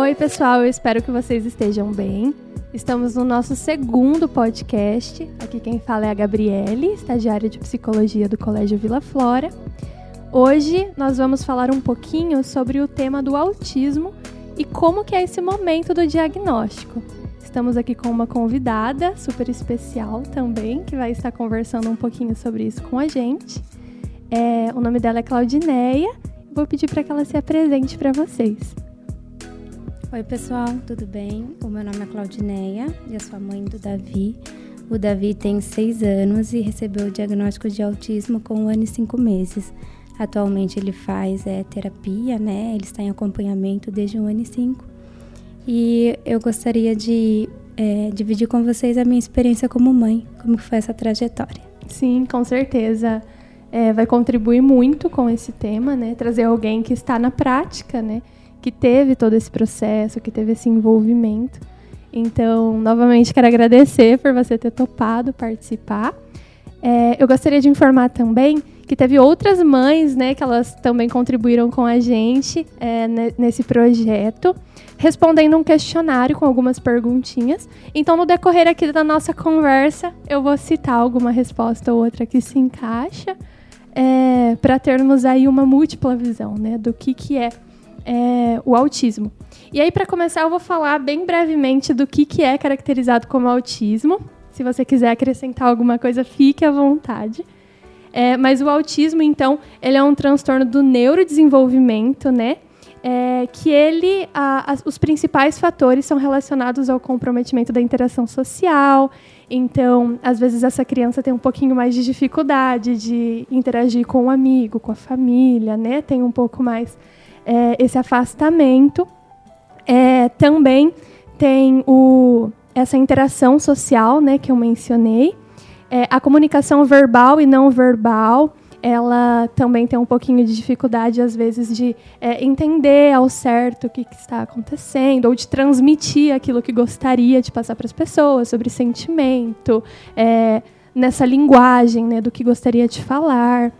Oi, pessoal, eu espero que vocês estejam bem. Estamos no nosso segundo podcast. Aqui quem fala é a Gabriele, estagiária de Psicologia do Colégio Vila Flora. Hoje nós vamos falar um pouquinho sobre o tema do autismo e como que é esse momento do diagnóstico. Estamos aqui com uma convidada super especial também, que vai estar conversando um pouquinho sobre isso com a gente. O nome dela é Claudineia. Vou pedir para que ela se apresente para vocês. Oi, pessoal, tudo bem? O meu nome é Claudineia, eu sou a mãe do Davi. O Davi tem 6 anos e recebeu o diagnóstico de autismo com 1 ano e 5 meses. Atualmente ele faz terapia, né? Ele está em acompanhamento desde 1 ano e 5. E eu gostaria de dividir com vocês a minha experiência como mãe, como foi essa trajetória. Sim, com certeza. Vai contribuir muito com esse tema, né? Trazer alguém que está na prática, né? Que teve todo esse processo, que teve esse envolvimento. Então, novamente, quero agradecer por você ter topado participar. Eu gostaria de informar também que teve outras mães, né, que elas também contribuíram com a gente nesse projeto, respondendo um questionário com algumas perguntinhas. Então, no decorrer aqui da nossa conversa, eu vou citar alguma resposta ou outra que se encaixa, para termos aí uma múltipla visão, né, do que é o autismo. E aí, para começar, eu vou falar bem brevemente do que é caracterizado como autismo. Se você quiser acrescentar alguma coisa, fique à vontade. Mas o autismo, então, ele é um transtorno do neurodesenvolvimento, né? Que os principais fatores são relacionados ao comprometimento da interação social. Então, às vezes, essa criança tem um pouquinho mais de dificuldade de interagir com o amigo, com a família, né? Tem um pouco mais esse afastamento. Também tem essa interação social, né, que eu mencionei. A comunicação verbal e não verbal, ela também tem um pouquinho de dificuldade, às vezes, de entender ao certo o que está acontecendo, ou de transmitir aquilo que gostaria de passar para as pessoas, sobre sentimento, nessa linguagem, né, do que gostaria de falar.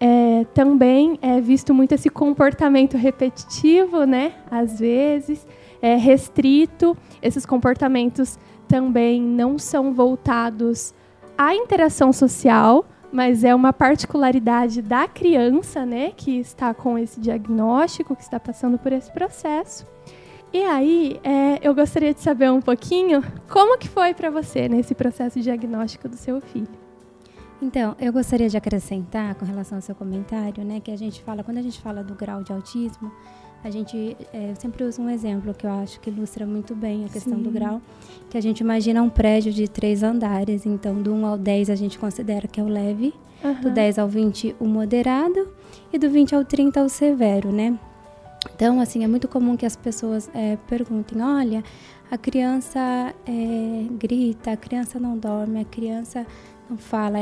Também é visto muito esse comportamento repetitivo, né? Às vezes, restrito. Esses comportamentos também não são voltados à interação social, mas é uma particularidade da criança, né? Que está com esse diagnóstico, que está passando por esse processo. E aí, eu gostaria de saber um pouquinho como que foi para você nesse processo diagnóstico do seu filho. Então, eu gostaria de acrescentar com relação ao seu comentário, né, que quando a gente fala do grau de autismo, a gente sempre usa um exemplo que eu acho que ilustra muito bem a questão do grau, que a gente imagina um prédio de 3 andares, então do 1 ao 10 a gente considera que é o leve, do 10 ao 20 o moderado e do 20 ao 30 o severo, né? Então, assim, é muito comum que as pessoas perguntem, olha, a criança grita, a criança não dorme, a criança não fala,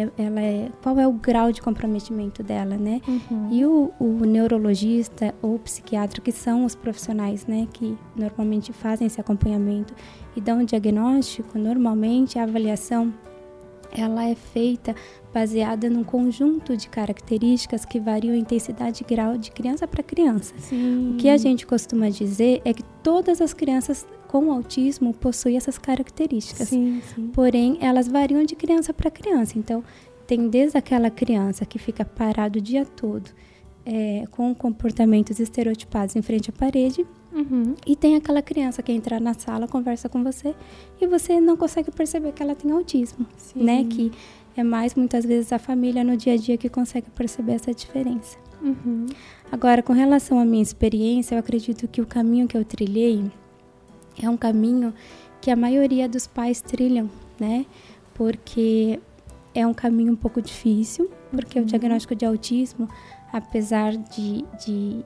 qual é o grau de comprometimento dela, né? E o neurologista ou o psiquiatra, que são os profissionais, né, que normalmente fazem esse acompanhamento e dão um diagnóstico, normalmente a avaliação ela é feita baseada num conjunto de características que variam em intensidade e grau de criança para criança. Sim. O que a gente costuma dizer é que todas as crianças com autismo possuem essas características. Sim. Porém, elas variam de criança para criança. Então, tem desde aquela criança que fica parado o dia todo, com comportamentos estereotipados em frente à parede, e tem aquela criança que entra na sala, conversa com você, e você não consegue perceber que ela tem autismo, né? Que é mais, muitas vezes, a família no dia a dia que consegue perceber essa diferença. Agora, com relação à minha experiência, eu acredito que o caminho que eu trilhei é um caminho que a maioria dos pais trilham, né? Porque é um caminho um pouco difícil, porque o diagnóstico de autismo, apesar de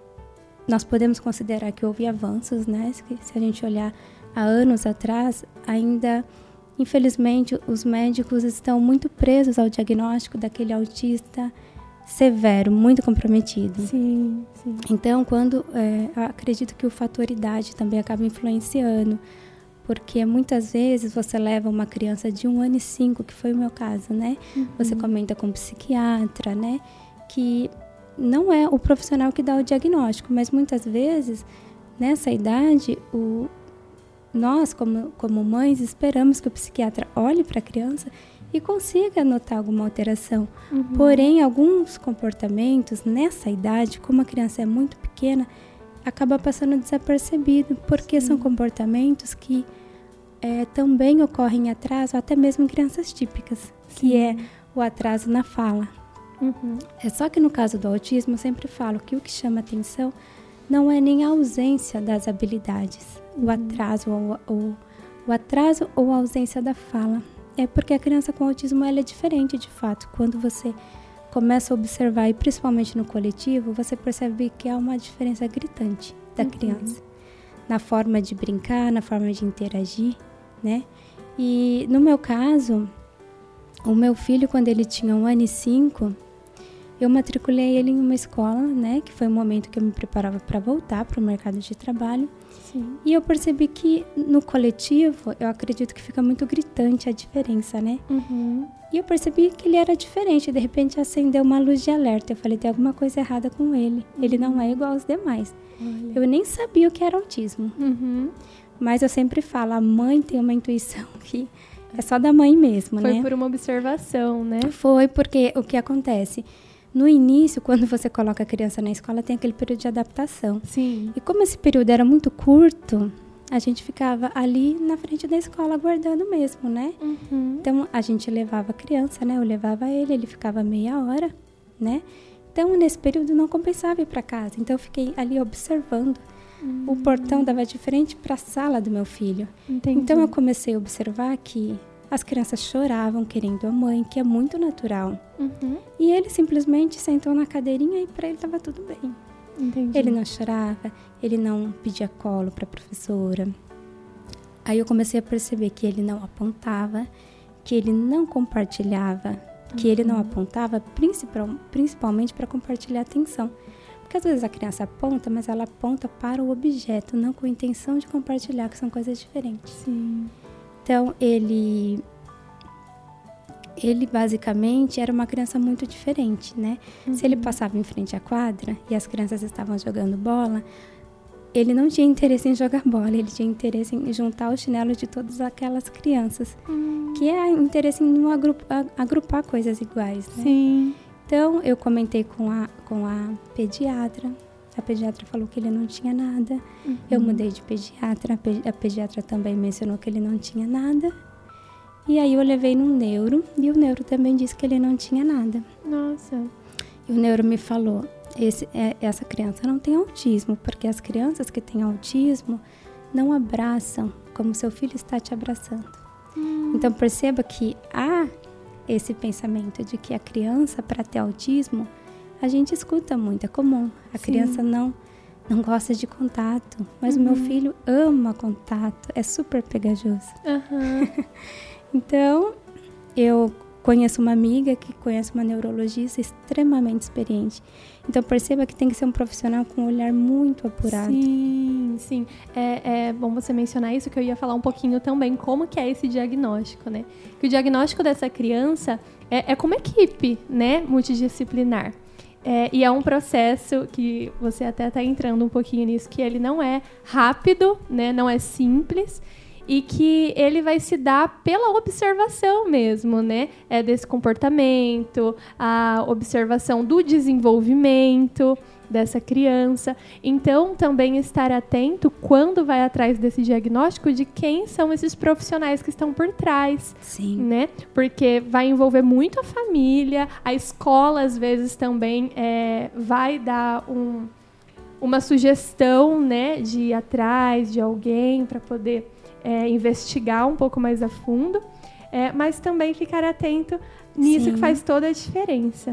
nós podemos considerar que houve avanços, né? Se a gente olhar há anos atrás, ainda, infelizmente, os médicos estão muito presos ao diagnóstico daquele autista severo, muito comprometido. Sim. Então, acredito que o fator idade também acaba influenciando, porque muitas vezes você leva uma criança de 1 ano e 5, que foi o meu caso, né? Você comenta com o psiquiatra, né? Que não é o profissional que dá o diagnóstico, mas muitas vezes nessa idade, nós, como mães, esperamos que o psiquiatra olhe para a criança e consiga notar alguma alteração. Porém, alguns comportamentos nessa idade, como a criança é muito pequena, acaba passando desapercebido, porque são comportamentos que também ocorrem em atraso, até mesmo em crianças típicas, que é o atraso na fala. É só que no caso do autismo, eu sempre falo que o que chama atenção não é nem a ausência das habilidades, o atraso ou a ausência da fala. É porque a criança com autismo ela é diferente, de fato. Quando você começa a observar, e principalmente no coletivo, você percebe que há uma diferença gritante da criança. Na forma de brincar, na forma de interagir, né? E no meu caso, o meu filho, quando ele tinha 1 ano e 5, eu matriculei ele em uma escola, né? Que foi o momento que eu me preparava para voltar para o mercado de trabalho. Sim. E eu percebi que no coletivo, eu acredito que fica muito gritante a diferença, né? E eu percebi que ele era diferente. De repente, acendeu uma luz de alerta. Eu falei, tem alguma coisa errada com ele. Ele não é igual aos demais. Olha. Eu nem sabia o que era autismo. Mas eu sempre falo, a mãe tem uma intuição que é só da mãe mesmo, né? Foi por uma observação, né? Foi porque o que acontece? No início, quando você coloca a criança na escola, tem aquele período de adaptação. Sim. E como esse período era muito curto, a gente ficava ali na frente da escola aguardando mesmo, né? Então, a gente levava a criança, né? Eu levava ele ficava meia hora, né? Então, nesse período, não compensava ir para casa. Então, eu fiquei ali observando. O portão dava de frente para a sala do meu filho. Entendi. Então, eu comecei a observar que as crianças choravam querendo a mãe, que é muito natural. E ele simplesmente sentou na cadeirinha e para ele estava tudo bem. Entendi. Ele não chorava, ele não pedia colo para a professora. Aí eu comecei a perceber que ele não apontava, que ele não compartilhava, que ele não apontava principalmente para compartilhar atenção. Porque às vezes a criança aponta, mas ela aponta para o objeto, não com a intenção de compartilhar, que são coisas diferentes. Sim. Então, ele basicamente era uma criança muito diferente, né? Se ele passava em frente à quadra e as crianças estavam jogando bola, ele não tinha interesse em jogar bola, ele tinha interesse em juntar os chinelos de todas aquelas crianças, que é interesse em agrupar coisas iguais, né? Sim. Então, eu comentei com a pediatra. A pediatra falou que ele não tinha nada. Eu mudei de pediatra. A pediatra também mencionou que ele não tinha nada. E aí eu levei no neuro. E o neuro também disse que ele não tinha nada. Nossa. E o neuro me falou, essa criança não tem autismo. Porque as crianças que têm autismo não abraçam como seu filho está te abraçando. Então perceba que há esse pensamento de que a criança, para ter autismo, a gente escuta muito, é comum. A criança não gosta de contato, mas o meu filho ama contato, é super pegajoso. Então, eu conheço uma amiga que conhece uma neurologista extremamente experiente. Então, perceba que tem que ser um profissional com um olhar muito apurado. Sim. É bom você mencionar isso, que eu ia falar um pouquinho também como que é esse diagnóstico, né? Que o diagnóstico dessa criança é como equipe, né? Multidisciplinar. E é um processo que você até está entrando um pouquinho nisso, que ele não é rápido, né? Não é simples. E que ele vai se dar pela observação mesmo, né? Desse comportamento, a observação do desenvolvimento dessa criança. Então, também estar atento quando vai atrás desse diagnóstico de quem são esses profissionais que estão por trás. Sim. Né? Porque vai envolver muito a família, a escola, às vezes, também vai dar uma sugestão, né? De ir atrás de alguém para poder investigar um pouco mais a fundo, mas também ficar atento nisso que faz toda a diferença.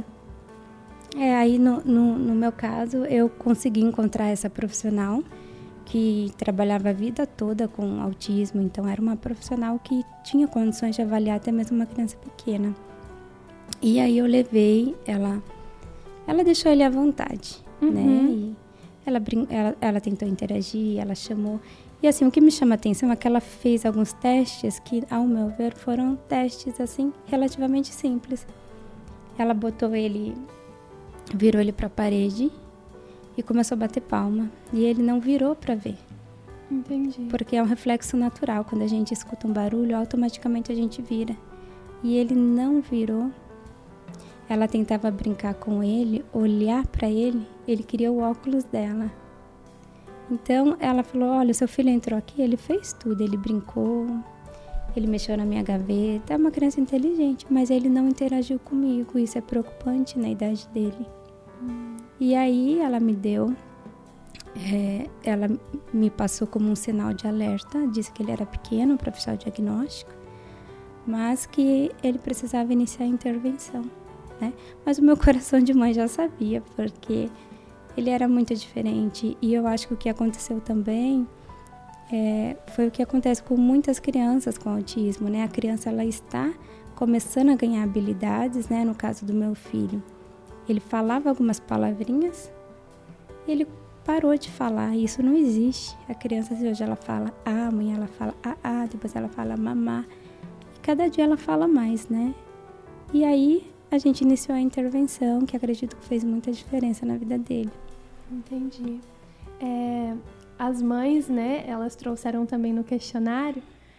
Aí no meu caso, eu consegui encontrar essa profissional que trabalhava a vida toda com autismo, então era uma profissional que tinha condições de avaliar até mesmo uma criança pequena. E aí eu levei, ela deixou ele à vontade, né? E ela tentou interagir, ela chamou. E assim, o que me chama a atenção é que ela fez alguns testes que, ao meu ver, foram testes, assim, relativamente simples. Ela virou ele para a parede e começou a bater palma. E ele não virou para ver. Entendi. Porque é um reflexo natural. Quando a gente escuta um barulho, automaticamente a gente vira. E ele não virou. Ela tentava brincar com ele, olhar para ele. Ele queria o óculos dela. Então, ela falou, olha, seu filho entrou aqui, ele fez tudo. Ele brincou, ele mexeu na minha gaveta. É uma criança inteligente, mas ele não interagiu comigo. Isso é preocupante na idade dele. E aí, ela me deu... ela me passou como um sinal de alerta, disse que ele era pequeno para fechar o diagnóstico, mas que ele precisava iniciar a intervenção, né? Mas o meu coração de mãe já sabia, porque ele era muito diferente. E eu acho que o que aconteceu também foi o que acontece com muitas crianças com autismo, né? A criança, ela está começando a ganhar habilidades, né? No caso do meu filho, ele falava algumas palavrinhas, ele parou de falar. Isso não existe. A criança, hoje, ela fala amanhã ela fala depois ela fala mamá. E cada dia ela fala mais, né? E aí a gente iniciou a intervenção, que acredito que fez muita diferença na vida dele. Entendi. As mães, né, elas trouxeram também no questionário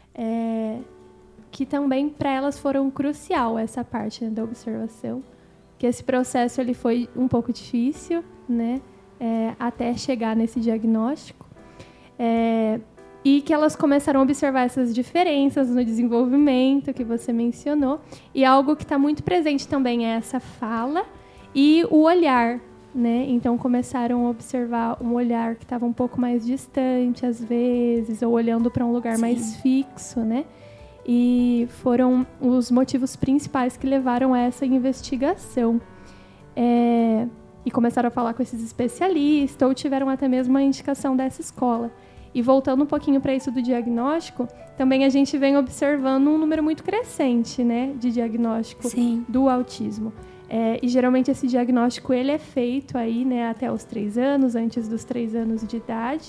que também para elas foram crucial essa parte, né, da observação, que esse processo ele foi um pouco difícil, né? Até chegar nesse diagnóstico, e que elas começaram a observar essas diferenças no desenvolvimento que você mencionou, e algo que está muito presente também é essa fala e o olhar, né? Então começaram a observar um olhar que estava um pouco mais distante às vezes, ou olhando para um lugar mais fixo, né? E foram os motivos principais que levaram a essa investigação. E começaram a falar com esses especialistas, ou tiveram até mesmo a indicação dessa escola. E voltando um pouquinho para isso do diagnóstico, também a gente vem observando um número muito crescente, né, de diagnóstico do autismo. E geralmente esse diagnóstico ele é feito aí, né, até os 3 anos, antes dos 3 anos de idade.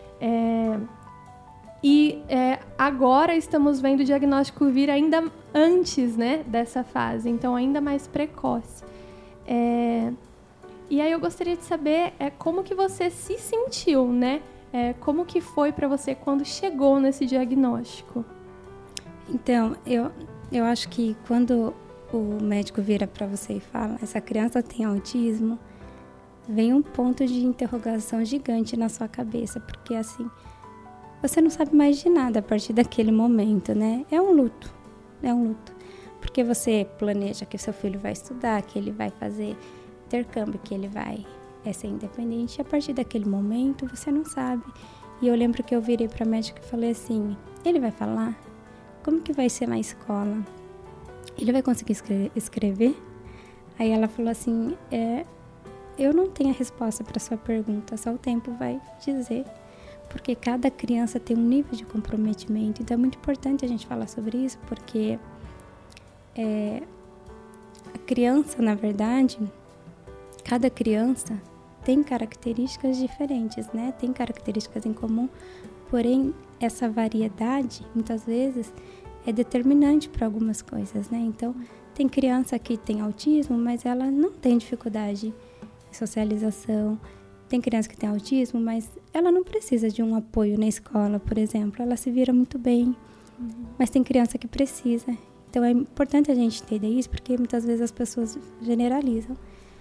Agora estamos vendo o diagnóstico vir ainda antes, né, dessa fase, então ainda mais precoce. E aí eu gostaria de saber como que você se sentiu, né? Como que foi para você quando chegou nesse diagnóstico? Então, eu acho que quando o médico vira para você e fala, essa criança tem autismo, vem um ponto de interrogação gigante na sua cabeça, porque assim, você não sabe mais de nada a partir daquele momento, né? É um luto, porque você planeja que seu filho vai estudar, que ele vai fazer intercâmbio, que ele vai ser independente, e a partir daquele momento você não sabe. E eu lembro que eu virei para a médica e falei assim, ele vai falar? Como que vai ser na escola? Ele vai conseguir escrever? Aí ela falou assim, eu não tenho a resposta para sua pergunta, só o tempo vai dizer, porque cada criança tem um nível de comprometimento, então é muito importante a gente falar sobre isso, porque a criança, na verdade, cada criança tem características diferentes, né? Tem características em comum, porém essa variedade, muitas vezes, é determinante para algumas coisas, né? Então, tem criança que tem autismo, mas ela não tem dificuldade em socialização. Tem criança que tem autismo, mas ela não precisa de um apoio na escola, por exemplo. Ela se vira muito bem, mas tem criança que precisa. Então, é importante a gente entender isso, porque muitas vezes as pessoas generalizam.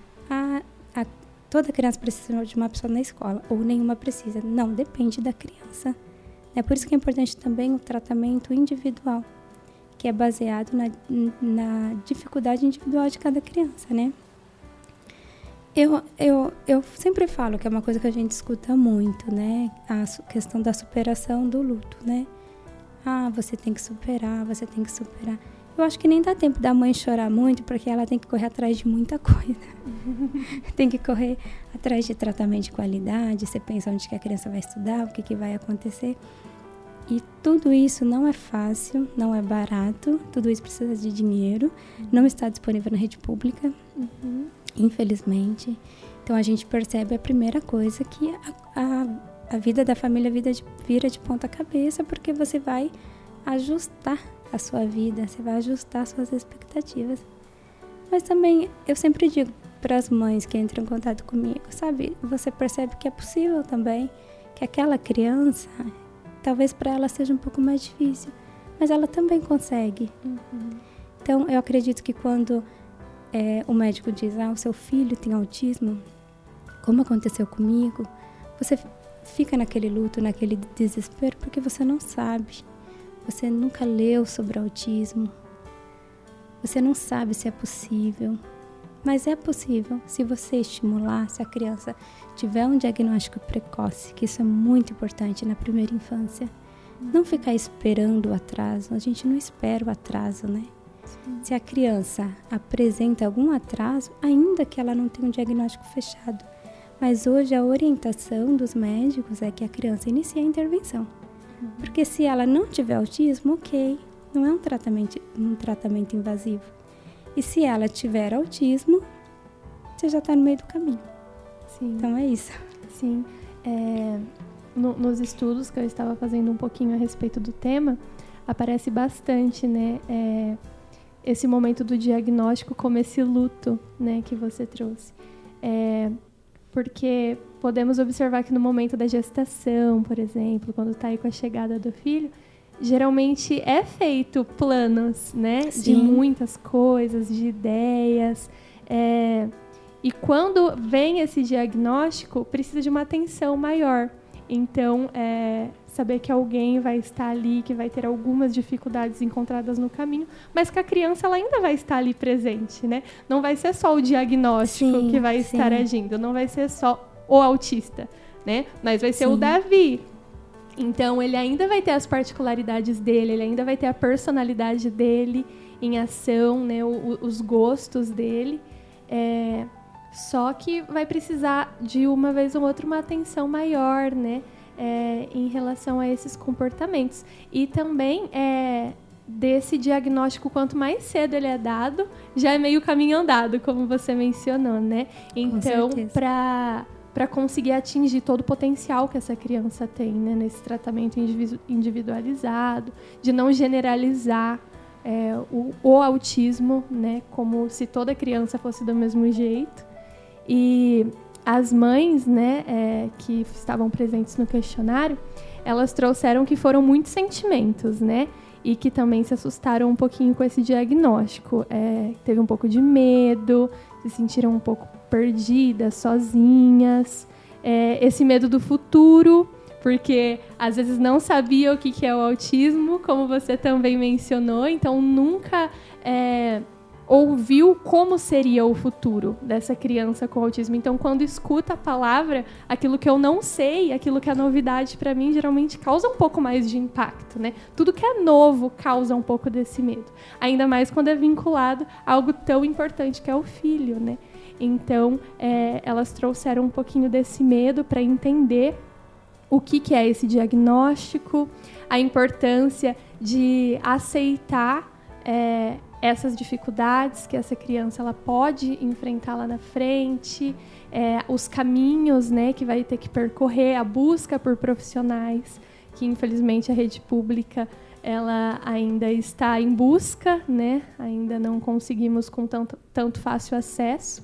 Toda criança precisa de uma pessoa na escola, ou nenhuma precisa. Não, depende da criança. É por isso que é importante também o tratamento individual, que é baseado na dificuldade individual de cada criança, né? Eu sempre falo que é uma coisa que a gente escuta muito, né? A questão da superação do luto, né? Você tem que superar, você tem que superar. Eu acho que nem dá tempo da mãe chorar muito, porque ela tem que correr atrás de muita coisa. Tem que correr atrás de tratamento de qualidade, você pensa onde que a criança vai estudar, o que vai acontecer. E tudo isso não é fácil, não é barato, tudo isso precisa de dinheiro, não está disponível na rede pública, infelizmente. Então a gente percebe a primeira coisa que a vida da família vira de ponta cabeça, porque você vai ajustar a sua vida, você vai ajustar suas expectativas. Mas também, eu sempre digo para as mães que entram em contato comigo, sabe? Você percebe que é possível também, que aquela criança, talvez para ela seja um pouco mais difícil, mas ela também consegue. Então, eu acredito que quando o médico diz, o seu filho tem autismo, como aconteceu comigo, você fica naquele luto, naquele desespero, porque você não sabe. Você nunca leu sobre autismo. Você não sabe se é possível. Mas é possível se você estimular, se a criança tiver um diagnóstico precoce, que isso é muito importante na primeira infância. Não ficar esperando o atraso. A gente não espera o atraso, né? Sim. Se a criança apresenta algum atraso, ainda que ela não tenha um diagnóstico fechado. Mas hoje a orientação dos médicos é que a criança inicie a intervenção. Porque se ela não tiver autismo, ok, não é um tratamento invasivo. E se ela tiver autismo, você já está no meio do caminho. Sim. Então é isso. Sim. Nos estudos que eu estava fazendo um pouquinho a respeito do tema, aparece bastante, né, esse momento do diagnóstico como esse luto, né, que você trouxe. Porque podemos observar que no momento da gestação, por exemplo, quando está aí com a chegada do filho, geralmente é feito planos, né? Sim. De muitas coisas, de ideias. E quando vem esse diagnóstico, precisa de uma atenção maior. Então, saber que alguém vai estar ali, que vai ter algumas dificuldades encontradas no caminho, mas que a criança ela ainda vai estar ali presente, né? Não vai ser só o diagnóstico que vai estar agindo, não vai ser só o autista, né? Mas vai ser o Davi. Então, ele ainda vai ter as particularidades dele, ele ainda vai ter a personalidade dele em ação, né? Os gostos dele. Só que vai precisar de uma vez ou outra uma atenção maior, né? Em relação a esses comportamentos. E também desse diagnóstico, quanto mais cedo ele é dado, já é meio caminho andado, como você mencionou, né? Então, para conseguir atingir todo o potencial que essa criança tem, né? Nesse tratamento individualizado, de não generalizar o autismo, né? Como se toda criança fosse do mesmo jeito. E as mães, né, que estavam presentes no questionário, elas trouxeram que foram muitos sentimentos, né? E que também se assustaram um pouquinho com esse diagnóstico. Teve um pouco de medo, se sentiram um pouco perdidas, sozinhas. Esse medo do futuro, porque às vezes não sabia o que é o autismo, como você também mencionou, então nunca ouviu como seria o futuro dessa criança com autismo. Então, quando escuta a palavra, aquilo que eu não sei, aquilo que é novidade para mim, geralmente causa um pouco mais de impacto, né? Tudo que é novo causa um pouco desse medo. Ainda mais quando é vinculado a algo tão importante que é o filho, né? Então, elas trouxeram um pouquinho desse medo para entender o que é esse diagnóstico, a importância de aceitar essas dificuldades que essa criança ela pode enfrentar lá na frente, os caminhos, né, que vai ter que percorrer, a busca por profissionais, que infelizmente a rede pública ela ainda está em busca, né, ainda não conseguimos com tanto fácil acesso.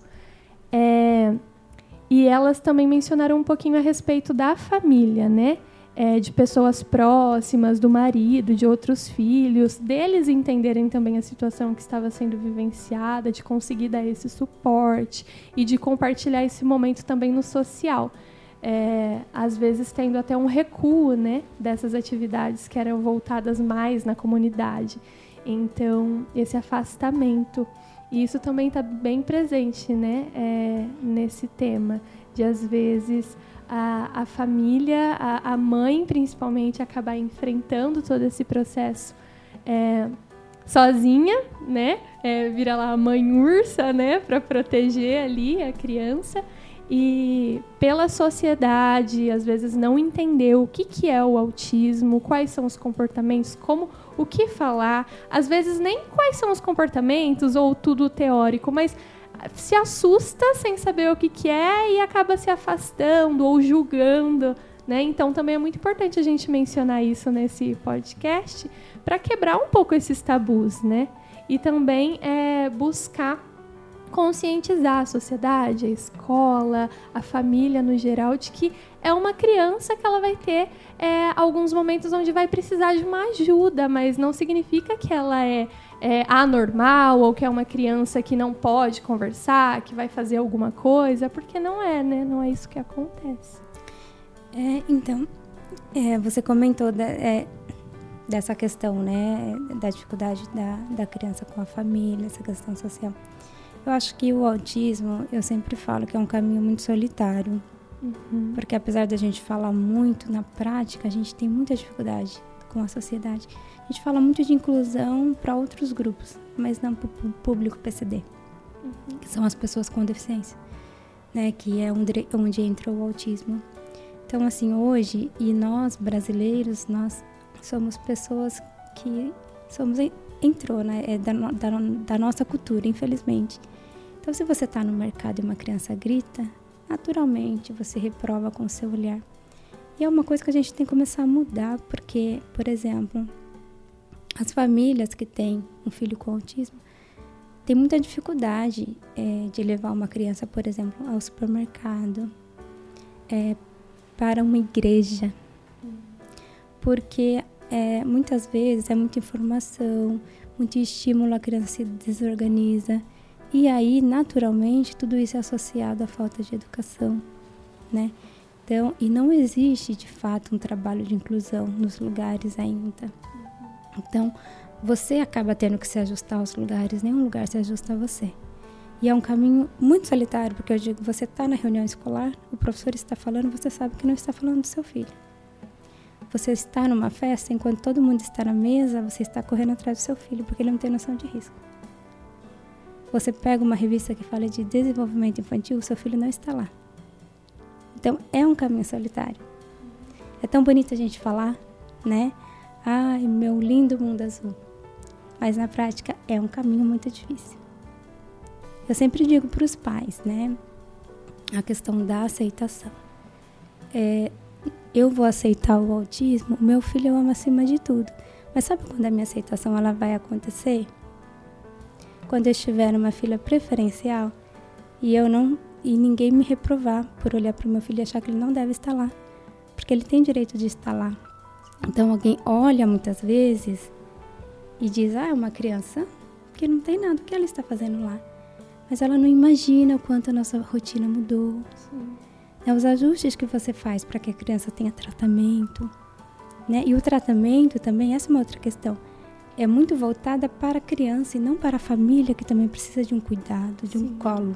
E elas também mencionaram um pouquinho a respeito da família, né? De pessoas próximas, do marido, de outros filhos, deles entenderem também a situação que estava sendo vivenciada, de conseguir dar esse suporte e de compartilhar esse momento também no social. Às vezes tendo até um recuo, né, dessas atividades que eram voltadas mais na comunidade. Então, esse afastamento. E isso também está bem presente, né, nesse tema, de às vezes a família, a mãe principalmente, acabar enfrentando todo esse processo sozinha, né, vira lá a mãe ursa, né, para proteger ali a criança, e pela sociedade, às vezes não entender o que é o autismo, quais são os comportamentos, o que falar, às vezes nem quais são os comportamentos ou tudo teórico, mas se assusta sem saber o que é e acaba se afastando ou julgando, né? Então também é muito importante a gente mencionar isso nesse podcast para quebrar um pouco esses tabus, né? E também buscar conscientizar a sociedade, a escola, a família no geral, de que é uma criança que ela vai ter alguns momentos onde vai precisar de uma ajuda, mas não significa que ela é anormal ou que é uma criança que não pode conversar, que vai fazer alguma coisa, porque não é, né? Não é isso que acontece. Então, você comentou dessa questão, né, da dificuldade da criança com a família, essa questão social. Eu acho que o autismo, eu sempre falo que é um caminho muito solitário, porque apesar da gente falar muito na prática, a gente tem muita dificuldade com a sociedade. A gente fala muito de inclusão para outros grupos, mas não para o público PCD, que são as pessoas com deficiência, né, que é onde entra o autismo. Então, assim, hoje, e nós brasileiros, nós somos pessoas que entrou, né, da nossa cultura, infelizmente. Então, se você está no mercado e uma criança grita, naturalmente você reprova com o seu olhar. E é uma coisa que a gente tem que começar a mudar, porque, por exemplo, as famílias que têm um filho com autismo têm muita dificuldade de levar uma criança, por exemplo, ao supermercado, para uma igreja, porque muitas vezes é muita informação, muito estímulo, a criança se desorganiza, e aí, naturalmente, tudo isso é associado à falta de educação, né? Então, e não existe, de fato, um trabalho de inclusão nos lugares ainda. Então, você acaba tendo que se ajustar aos lugares, nenhum lugar se ajusta a você. E é um caminho muito solitário, porque eu digo, você está na reunião escolar, o professor está falando, você sabe que não está falando do seu filho. Você está numa festa, enquanto todo mundo está na mesa, você está correndo atrás do seu filho, porque ele não tem noção de risco. Você pega uma revista que fala de desenvolvimento infantil, o seu filho não está lá. Então, é um caminho solitário. É tão bonito a gente falar, né? Ai, meu lindo mundo azul. Mas, na prática, é um caminho muito difícil. Eu sempre digo para os pais, né? A questão da aceitação. Eu vou aceitar o autismo, o meu filho eu amo acima de tudo. Mas sabe quando a minha aceitação ela vai acontecer? Quando eu estiver numa fila preferencial e ninguém me reprovar por olhar para o meu filho e achar que ele não deve estar lá, porque ele tem direito de estar lá. Então alguém olha muitas vezes e diz, é uma criança que não tem nada, o que ela está fazendo lá? Mas ela não imagina o quanto a nossa rotina mudou. Os ajustes que você faz para que a criança tenha tratamento, né? E o tratamento também, essa é uma outra questão, é muito voltada para a criança e não para a família, que também precisa de um cuidado, de um colo.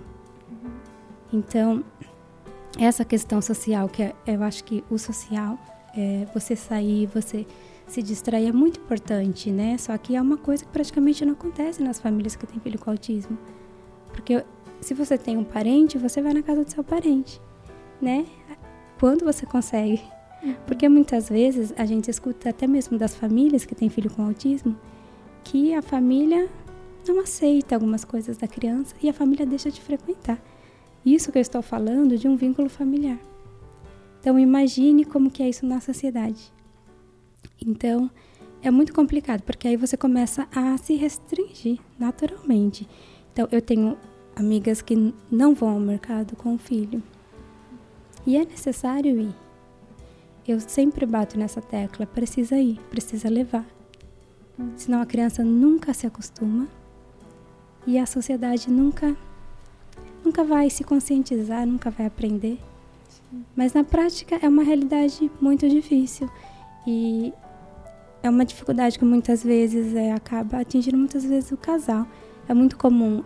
Então, essa questão social, eu acho que o social, você sair, você se distrair é muito importante, né? Só que é uma coisa que praticamente não acontece nas famílias que têm filho com autismo. Porque se você tem um parente, você vai na casa do seu parente, né? Quando você consegue. Porque muitas vezes a gente escuta até mesmo das famílias que têm filho com autismo, que a família não aceita algumas coisas da criança e a família deixa de frequentar. Isso que eu estou falando de um vínculo familiar. Então imagine como que é isso na sociedade. Então é muito complicado, porque aí você começa a se restringir naturalmente. Então eu tenho amigas que não vão ao mercado com o filho. E é necessário ir. Eu sempre bato nessa tecla, precisa ir, precisa levar. Senão a criança nunca se acostuma e a sociedade nunca vai se conscientizar, nunca vai aprender. Mas na prática é uma realidade muito difícil e é uma dificuldade que muitas vezes acaba atingindo muitas vezes o casal. É muito comum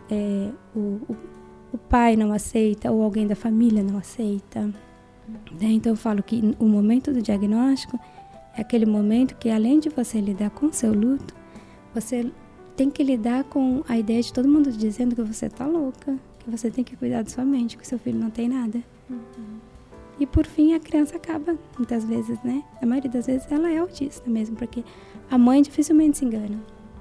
o pai não aceita ou alguém da família não aceita. Então eu falo que o momento do diagnóstico é aquele momento que, além de você lidar com o seu luto, você tem que lidar com a ideia de todo mundo dizendo que você está louca, que você tem que cuidar da sua mente, que seu filho não tem nada. E por fim a criança acaba, muitas vezes, né? A maioria das vezes ela é autista mesmo, porque a mãe dificilmente se engana,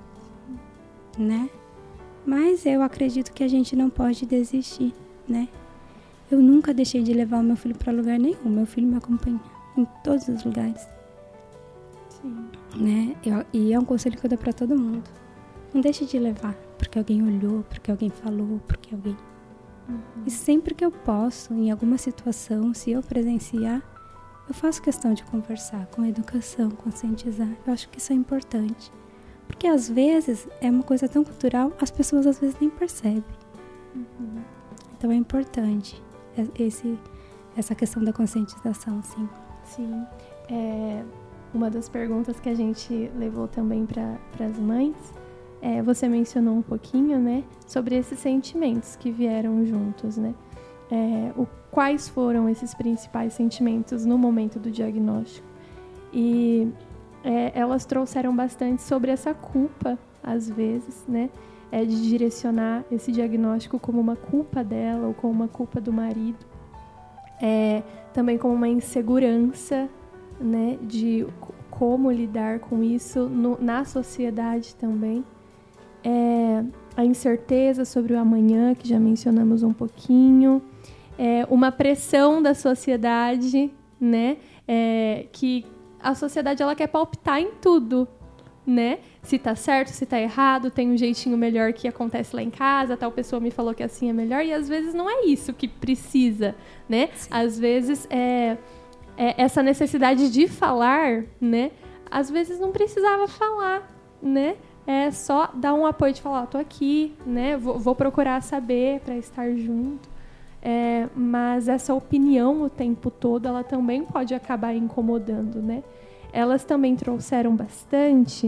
né? Mas eu acredito que a gente não pode desistir, né? Eu nunca deixei de levar o meu filho para lugar nenhum. Meu filho me acompanha em todos os lugares. Sim. Né? E é um conselho que eu dou para todo mundo. Não deixe de levar. porque alguém olhou, porque alguém falou, porque alguém... E sempre que eu posso, em alguma situação, se eu presenciar, eu faço questão de conversar com educação, conscientizar. Eu acho que isso é importante. Porque às vezes é uma coisa tão cultural, as pessoas às vezes nem percebem. Então é importante essa questão da conscientização, sim. Sim. Uma das perguntas que a gente levou também para as mães, você mencionou um pouquinho, né, sobre esses sentimentos que vieram juntos, né? Quais foram esses principais sentimentos no momento do diagnóstico? E elas trouxeram bastante sobre essa culpa, às vezes, né? De direcionar esse diagnóstico como uma culpa dela ou como uma culpa do marido. Também como uma insegurança, né? De como lidar com isso na sociedade também. A incerteza sobre o amanhã, que já mencionamos um pouquinho. Uma pressão da sociedade, né? Que a sociedade ela quer palpitar em tudo, né? Se tá certo, se tá errado, tem um jeitinho melhor que acontece lá em casa, tal pessoa me falou que assim é melhor, e às vezes não é isso que precisa, né? Sim. Às vezes essa necessidade de falar, né? Às vezes não precisava falar, né? É só dar um apoio de falar, tô aqui, né? Vou procurar saber para estar junto. Mas essa opinião o tempo todo, ela também pode acabar incomodando, né? Elas também trouxeram bastante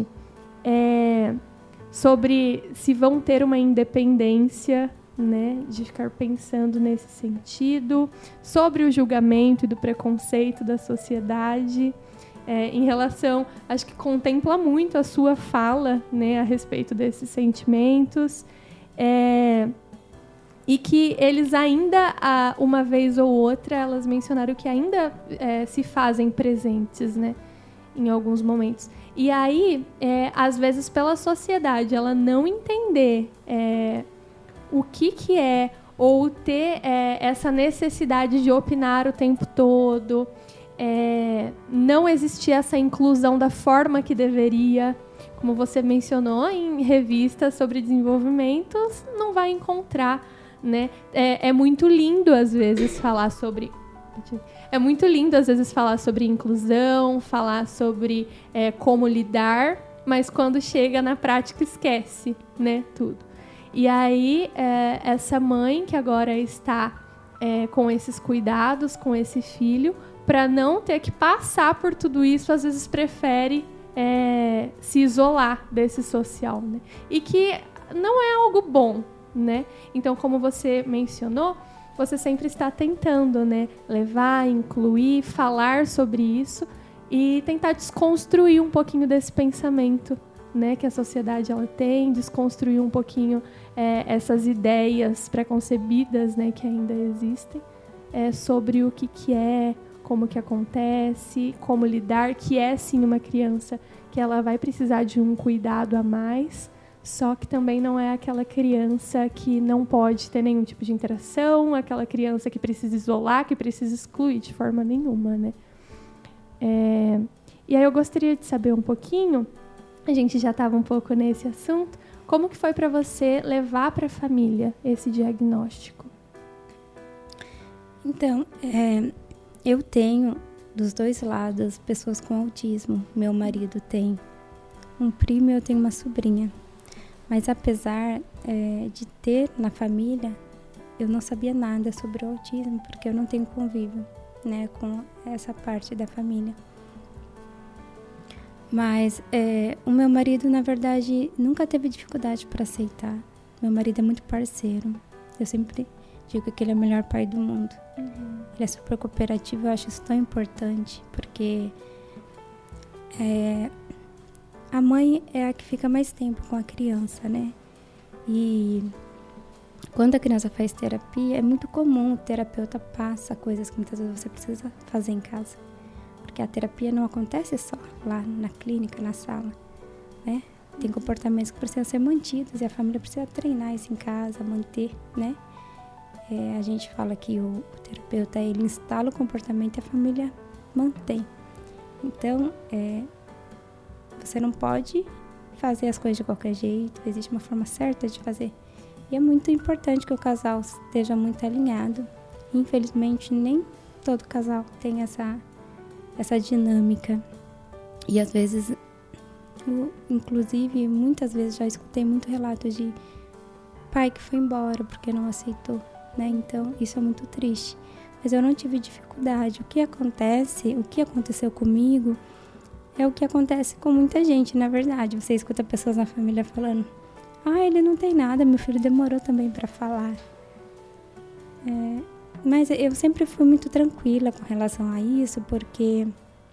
sobre se vão ter uma independência, né? De ficar pensando nesse sentido, sobre o julgamento e do preconceito da sociedade, em relação, acho que contempla muito a sua fala, né? A respeito desses sentimentos, e que eles ainda, uma vez ou outra, elas mencionaram que ainda se fazem presentes, né, em alguns momentos. E aí, às vezes, pela sociedade, ela não entender o que é, ou ter essa necessidade de opinar o tempo todo, não existir essa inclusão da forma que deveria. Como você mencionou em revistas sobre desenvolvimento, não vai encontrar, né? É muito lindo às vezes falar sobre inclusão, falar sobre como lidar, mas quando chega na prática esquece, né, tudo. E aí essa mãe que agora está com esses cuidados, com esse filho, para não ter que passar por tudo isso, às vezes prefere se isolar desse social, né? E que não é algo bom, né? Então, como você mencionou, você sempre está tentando, né, levar, incluir, falar sobre isso e tentar desconstruir um pouquinho desse pensamento, né, que a sociedade ela tem, desconstruir um pouquinho essas ideias preconcebidas, né, que ainda existem, sobre o que é, como que acontece, como lidar, que é sim uma criança que ela vai precisar de um cuidado a mais. Só que também não é aquela criança que não pode ter nenhum tipo de interação, aquela criança que precisa isolar, que precisa excluir de forma nenhuma, né? E aí eu gostaria de saber um pouquinho, a gente já estava um pouco nesse assunto, como que foi para você levar para a família esse diagnóstico? Então, eu tenho dos dois lados pessoas com autismo. Meu marido tem um primo e eu tenho uma sobrinha. Mas apesar de ter na família, eu não sabia nada sobre o autismo, porque eu não tenho convívio, né, com essa parte da família. Mas o meu marido, na verdade, nunca teve dificuldade para aceitar. Meu marido é muito parceiro. Eu sempre digo que ele é o melhor pai do mundo. Uhum. Ele é super cooperativo, eu acho isso tão importante, porque a mãe é a que fica mais tempo com a criança, né? E quando a criança faz terapia, é muito comum o terapeuta passa coisas que muitas vezes você precisa fazer em casa. Porque a terapia não acontece só lá na clínica, na sala, né? Tem comportamentos que precisam ser mantidos e a família precisa treinar isso em casa, manter, né? A gente fala que o terapeuta, ele instala o comportamento e a família mantém. Então, você não pode fazer as coisas de qualquer jeito, existe uma forma certa de fazer. E é muito importante que o casal esteja muito alinhado. Infelizmente, nem todo casal tem essa dinâmica. E às vezes, inclusive, muitas vezes já escutei muito relato de pai que foi embora porque não aceitou, né? Então, isso é muito triste. Mas eu não tive dificuldade. O que aconteceu comigo é o que acontece com muita gente, na verdade. Você escuta pessoas na família falando: ele não tem nada, meu filho demorou também para falar. Mas eu sempre fui muito tranquila com relação a isso, porque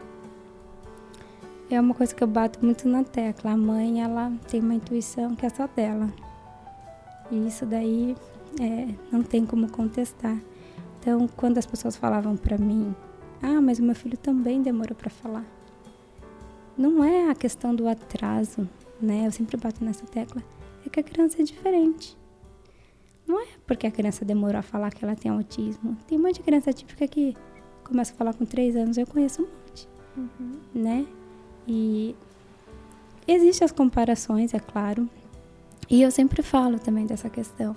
é uma coisa que eu bato muito na tecla. A mãe, ela tem uma intuição que é só dela. E isso daí não tem como contestar. Então, quando as pessoas falavam para mim: mas o meu filho também demorou para falar. Não é a questão do atraso, né? Eu sempre bato nessa tecla. É que a criança é diferente. Não é porque a criança demorou a falar que ela tem autismo. Tem um monte de criança típica que começa a falar com 3 anos, eu conheço um monte, né? E existem as comparações, é claro. E eu sempre falo também dessa questão.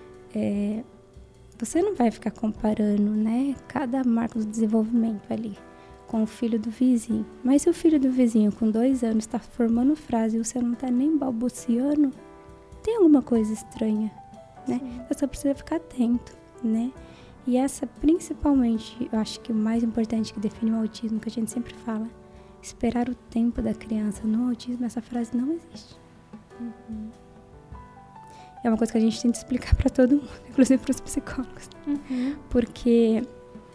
Você não vai ficar comparando, né, cada marco do desenvolvimento ali com o filho do vizinho. Mas se o filho do vizinho com 2 anos está formando frase e você não está nem balbuciando, tem alguma coisa estranha, né? Você só precisa ficar atento, né? E essa, principalmente, eu acho que o mais importante que define o autismo, que a gente sempre fala, esperar o tempo da criança. No autismo, essa frase não existe. É uma coisa que a gente tem que explicar para todo mundo, inclusive para os psicólogos. Porque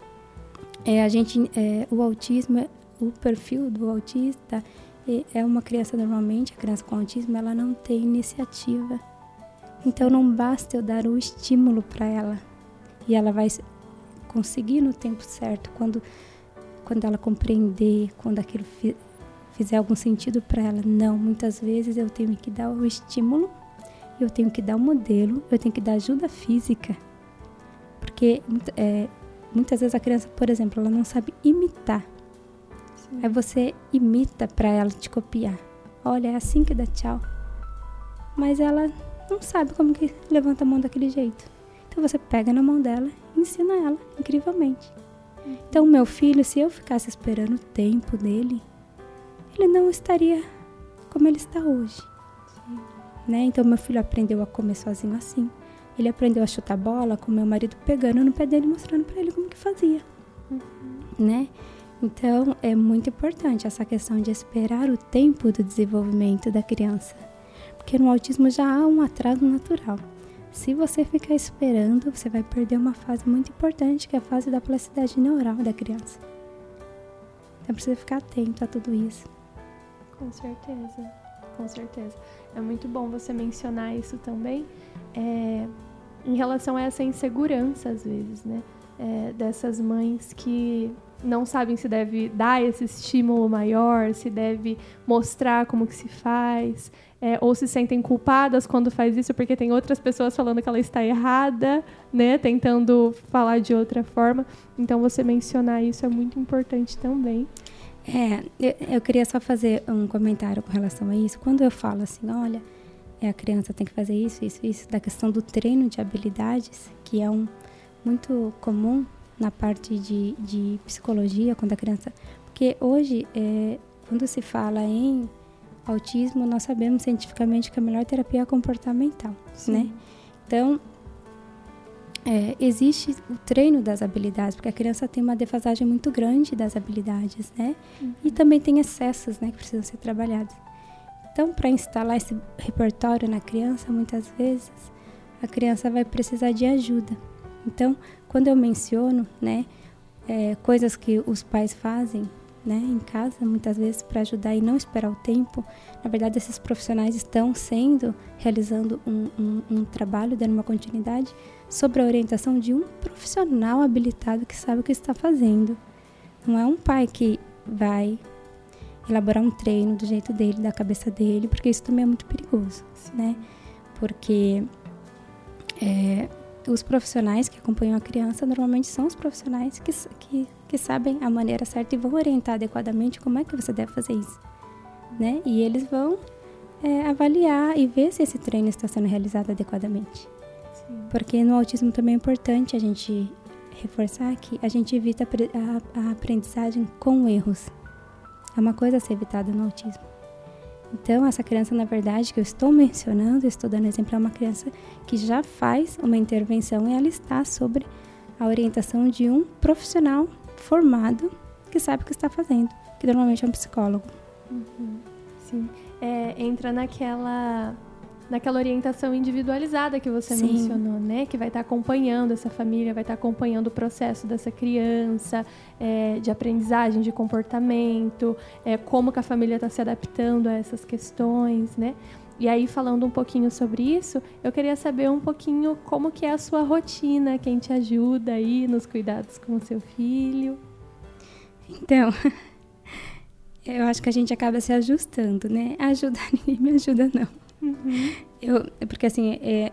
o autismo, o perfil do autista é uma criança normalmente, a criança com autismo, ela não tem iniciativa. Então não basta eu dar o estímulo para ela e ela vai conseguir no tempo certo, quando ela compreender, quando aquilo fizer algum sentido para ela. Não, muitas vezes eu tenho que dar o estímulo, eu tenho que dar o modelo, eu tenho que dar ajuda física. Porque muitas vezes a criança, por exemplo, ela não sabe imitar. Sim. Aí você imita para ela te copiar. Olha, é assim que dá tchau. Mas ela não sabe como que levanta a mão daquele jeito. Então você pega na mão dela e ensina ela, incrivelmente. Então meu filho, se eu ficasse esperando o tempo dele, ele não estaria como ele está hoje. Né? Então meu filho aprendeu a comer sozinho assim. Ele aprendeu a chutar bola com meu marido pegando no pé dele e mostrando para ele como que fazia. Né? Então é muito importante essa questão de esperar o tempo do desenvolvimento da criança. Porque no autismo já há um atraso natural. Se você ficar esperando, você vai perder uma fase muito importante, que é a fase da plasticidade neural da criança. Então precisa ficar atento a tudo isso. Com certeza, com certeza. É muito bom você mencionar isso também, em relação a essa insegurança, às vezes, né? Dessas mães que não sabem se deve dar esse estímulo maior, se deve mostrar como que se faz, ou se sentem culpadas quando faz isso porque tem outras pessoas falando que ela está errada, né? Tentando falar de outra forma. Então, você mencionar isso é muito importante também. Eu queria só fazer um comentário com relação a isso. Quando eu falo assim, olha, a criança tem que fazer isso, da questão do treino de habilidades, que é muito comum na parte de psicologia, quando a criança... Porque hoje, quando se fala em autismo, nós sabemos cientificamente que a melhor terapia é a comportamental, né? Então, existe o treino das habilidades, porque a criança tem uma defasagem muito grande das habilidades, né? E também tem excessos, né, que precisam ser trabalhados. Então, para instalar esse repertório na criança, muitas vezes, a criança vai precisar de ajuda. Então, quando eu menciono, né, coisas que os pais fazem, né, em casa, muitas vezes, para ajudar e não esperar o tempo, na verdade, esses profissionais estão realizando um trabalho, dando uma continuidade, sobre a orientação de um profissional habilitado que sabe o que está fazendo. Não é um pai que vai elaborar um treino do jeito dele, da cabeça dele, porque isso também é muito perigoso, né? Porque os profissionais que acompanham a criança normalmente são os profissionais que sabem a maneira certa e vão orientar adequadamente como é que você deve fazer isso, né? E eles vão avaliar e ver se esse treino está sendo realizado adequadamente. Sim. Porque no autismo também é importante a gente reforçar que a gente evita a aprendizagem com erros. É uma coisa a ser evitada no autismo. Então, essa criança, na verdade, que eu estou mencionando, estou dando exemplo, é uma criança que já faz uma intervenção e ela está sobre a orientação de um profissional formado que sabe o que está fazendo, que normalmente é um psicólogo. Sim. Entra naquela orientação individualizada que você mencionou, né? Que vai estar acompanhando essa família, vai estar acompanhando o processo dessa criança, de aprendizagem, de comportamento, como que a família está se adaptando a essas questões, né? E aí, falando um pouquinho sobre isso, eu queria saber um pouquinho como que é a sua rotina, quem te ajuda aí nos cuidados com o seu filho. Então, eu acho que a gente acaba se ajustando, né? Ajudar, ninguém me ajuda, não. Porque assim,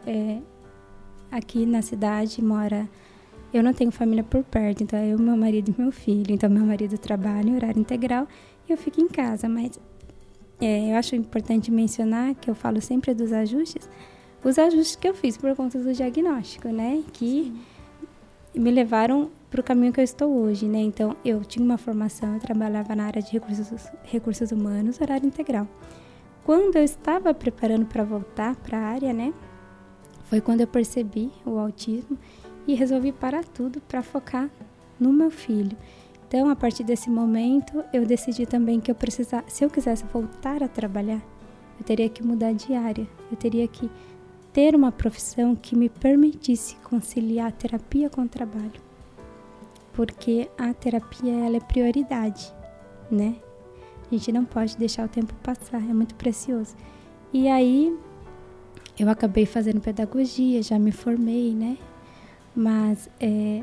aqui na cidade mora... Eu não tenho família por perto, então eu, meu marido e meu filho. Então, meu marido trabalha em horário integral e eu fico em casa, mas... eu acho importante mencionar que eu falo sempre dos ajustes, os ajustes que eu fiz por conta do diagnóstico, né? Que me levaram para o caminho que eu estou hoje, né? Então, eu tinha uma formação, eu trabalhava na área de recursos humanos, horário integral. Quando eu estava preparando para voltar para a área, né? Foi quando eu percebi o autismo e resolvi parar tudo para focar no meu filho. Então, a partir desse momento, eu decidi também que se eu quisesse voltar a trabalhar, eu teria que mudar de área. Eu teria que ter uma profissão que me permitisse conciliar a terapia com o trabalho. Porque a terapia, ela é prioridade, né? A gente não pode deixar o tempo passar, é muito precioso. E aí, eu acabei fazendo pedagogia, já me formei, né? Mas é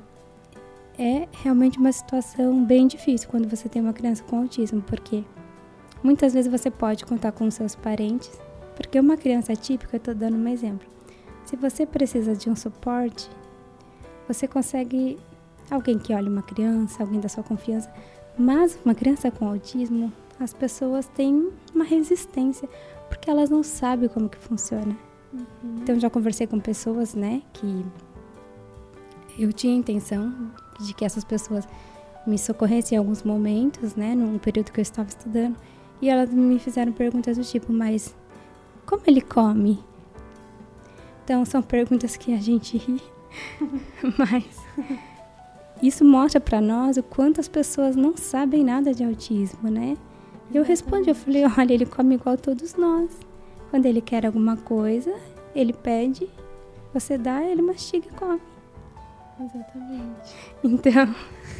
realmente uma situação bem difícil quando você tem uma criança com autismo, porque muitas vezes você pode contar com seus parentes, porque uma criança atípica, eu estou dando um exemplo, se você precisa de um suporte, você consegue alguém que olhe uma criança, alguém da sua confiança, mas uma criança com autismo, as pessoas têm uma resistência, porque elas não sabem como que funciona. Então, já conversei com pessoas, né, que eu tinha a intenção de que essas pessoas me socorressem em alguns momentos, né, num período que eu estava estudando, e elas me fizeram perguntas do tipo, mas como ele come? Então, são perguntas que a gente ri, mas isso mostra para nós o quanto as pessoas não sabem nada de autismo, né? Eu respondi, eu falei, olha, ele come igual todos nós. Quando ele quer alguma coisa, ele pede, você dá, ele mastiga e come. Exatamente. Então,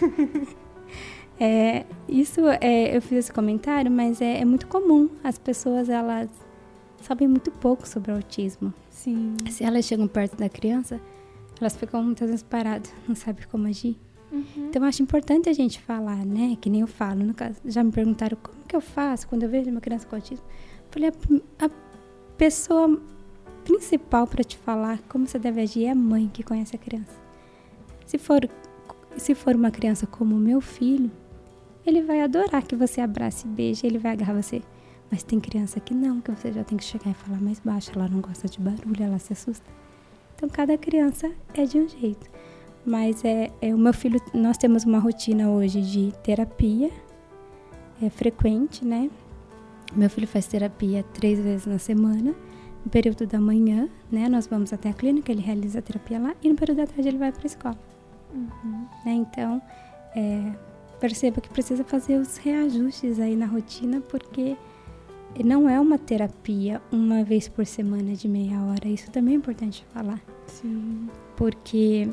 eu fiz esse comentário, mas é muito comum. As pessoas, elas sabem muito pouco sobre o autismo. Sim. Se elas chegam perto da criança, elas ficam muitas vezes paradas, não sabem como agir. Então, eu acho importante a gente falar, né? Que nem eu falo, no caso, já me perguntaram como que eu faço quando eu vejo uma criança com autismo. Eu falei, a pessoa principal para te falar como você deve agir é a mãe que conhece a criança. Se for uma criança como o meu filho, ele vai adorar que você abrace e beije, ele vai agarrar você. Mas tem criança que não, que você já tem que chegar e falar mais baixo, ela não gosta de barulho, ela se assusta. Então, cada criança é de um jeito. Mas o meu filho, nós temos uma rotina hoje de terapia, frequente, né? Meu filho faz terapia 3 vezes na semana, no período da manhã, né? Nós vamos até a clínica, ele realiza a terapia lá, e no período da tarde ele vai para a escola. Né? Então, perceba que precisa fazer os reajustes aí na rotina, porque não é uma terapia uma vez por semana de meia hora, isso também é importante falar. Sim. Porque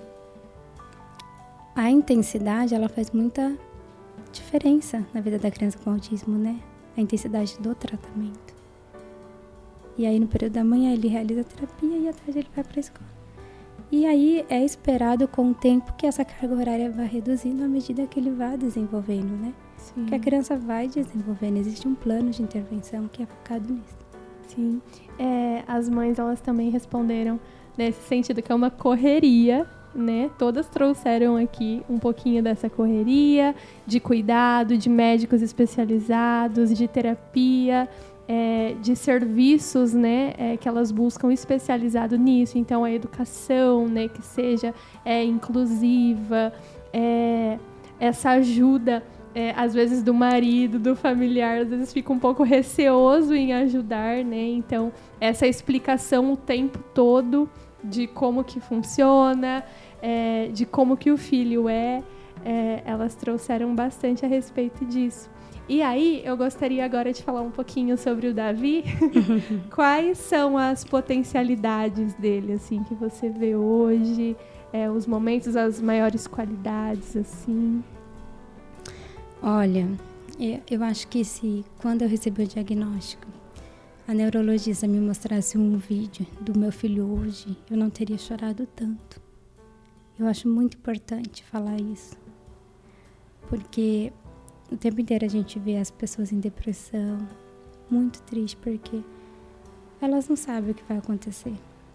a intensidade, ela faz muita diferença na vida da criança com autismo, né? A intensidade do tratamento. E aí, no período da manhã, ele realiza a terapia e à tarde ele vai para a escola. E aí, é esperado com o tempo que essa carga horária vai reduzindo à medida que ele vai desenvolvendo, né? Sim. Que a criança vai desenvolvendo. Existe um plano de intervenção que é focado nisso. Sim. As mães, elas também responderam nesse sentido que é uma correria, né? Todas trouxeram aqui um pouquinho dessa correria, de cuidado, de médicos especializados, de terapia, de serviços, né, que elas buscam especializado nisso. Então, a educação, né, que seja inclusiva, essa ajuda, às vezes, do marido, do familiar, às vezes fica um pouco receoso em ajudar, né? Então, essa explicação o tempo todo de como que funciona, de como que o filho elas trouxeram bastante a respeito disso. E aí, eu gostaria agora de falar um pouquinho sobre o Davi. Quais são as potencialidades dele, assim, que você vê hoje, os momentos, as maiores qualidades, assim? Olha, eu acho que quando eu recebi o diagnóstico, a neurologista me mostrasse um vídeo do meu filho hoje, eu não teria chorado tanto. Eu acho muito importante falar isso, porque o tempo inteiro a gente vê as pessoas em depressão, muito triste, porque elas não sabem o que vai acontecer.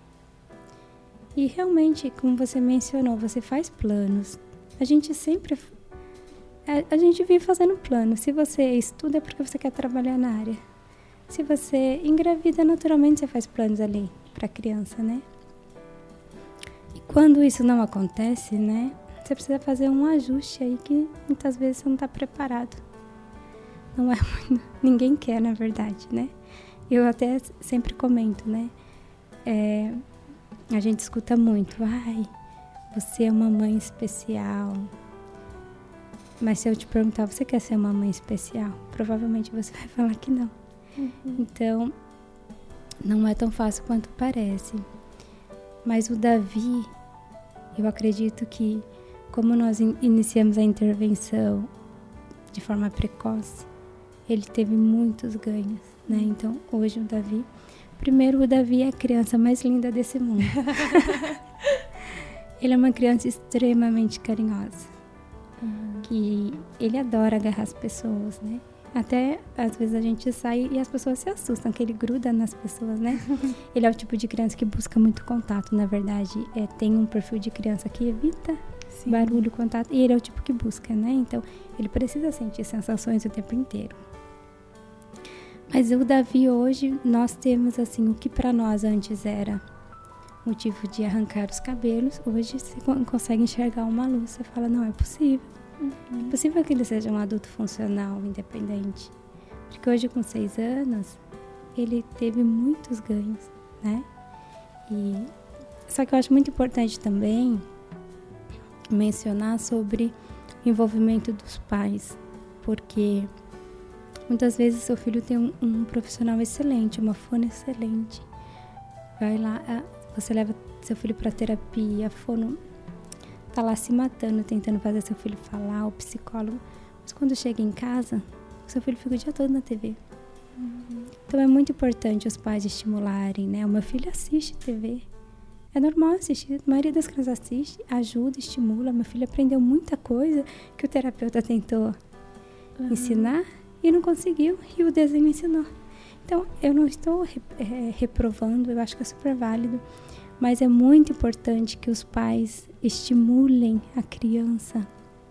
E realmente, como você mencionou, você faz planos. A gente vive fazendo planos. Se você estuda é porque você quer trabalhar na área. Se você engravida, naturalmente você faz planos ali para a criança, né? E quando isso não acontece, né? Você precisa fazer um ajuste aí que muitas vezes você não está preparado. Não é muito... Ninguém quer, na verdade, né? Eu até sempre comento, né? A gente escuta muito. Ai, você é uma mãe especial. Mas se eu te perguntar, você quer ser uma mãe especial? Provavelmente você vai falar que não. Então, não é tão fácil quanto parece. Mas o Davi, eu acredito que, como nós iniciamos a intervenção de forma precoce, ele teve muitos ganhos, né? Então, hoje o Davi... Primeiro, o Davi é a criança mais linda desse mundo. Ele é uma criança extremamente carinhosa. Que ele adora agarrar as pessoas, né? Até, às vezes, a gente sai e as pessoas se assustam, que ele gruda nas pessoas, né? Ele é o tipo de criança que busca muito contato, na verdade. Tem um perfil de criança que evita barulho, contato, e ele é o tipo que busca, né? Então, ele precisa sentir sensações o tempo inteiro. Mas o Davi hoje, nós temos, assim, o que para nós antes era motivo de arrancar os cabelos, hoje você consegue enxergar uma luz, você fala, não, é possível. É possível que ele seja um adulto funcional, independente. Porque hoje, com 6 anos, ele teve muitos ganhos, né? Só que eu acho muito importante também mencionar sobre o envolvimento dos pais, porque muitas vezes seu filho tem um profissional excelente, uma fono excelente. Vai lá, você leva seu filho para terapia, a fono tá lá se matando, tentando fazer seu filho falar, o psicólogo. Mas quando chega em casa, seu filho fica o dia todo na TV. Então é muito importante os pais estimularem, né? O meu filho assiste TV. É normal assistir, a maioria das crianças assiste, ajuda, estimula. Meu filho aprendeu muita coisa que o terapeuta tentou ensinar e não conseguiu, e o desenho ensinou. Então, eu não estou reprovando, eu acho que é super válido, mas é muito importante que os pais estimulem a criança.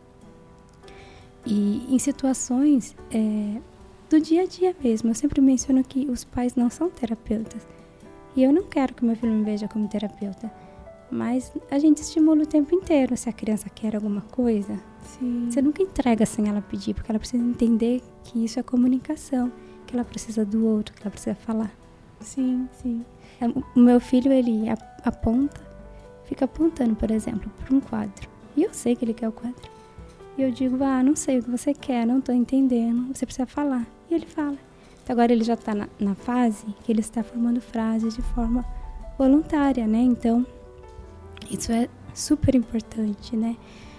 E em situações do dia a dia mesmo, eu sempre menciono que os pais não são terapeutas. E eu não quero que meu filho me veja como terapeuta, mas a gente estimula o tempo inteiro. Se a criança quer alguma coisa, você nunca entrega sem ela pedir, porque ela precisa entender que isso é comunicação, que ela precisa do outro, que ela precisa falar. Sim. O meu filho, ele fica apontando, por exemplo, para um quadro. E eu sei que ele quer o quadro. E eu digo, não sei o que você quer, não estou entendendo, você precisa falar. E ele fala. Então, agora ele já está na fase que ele está formando frases de forma voluntária, né? Então, isso é super importante, né?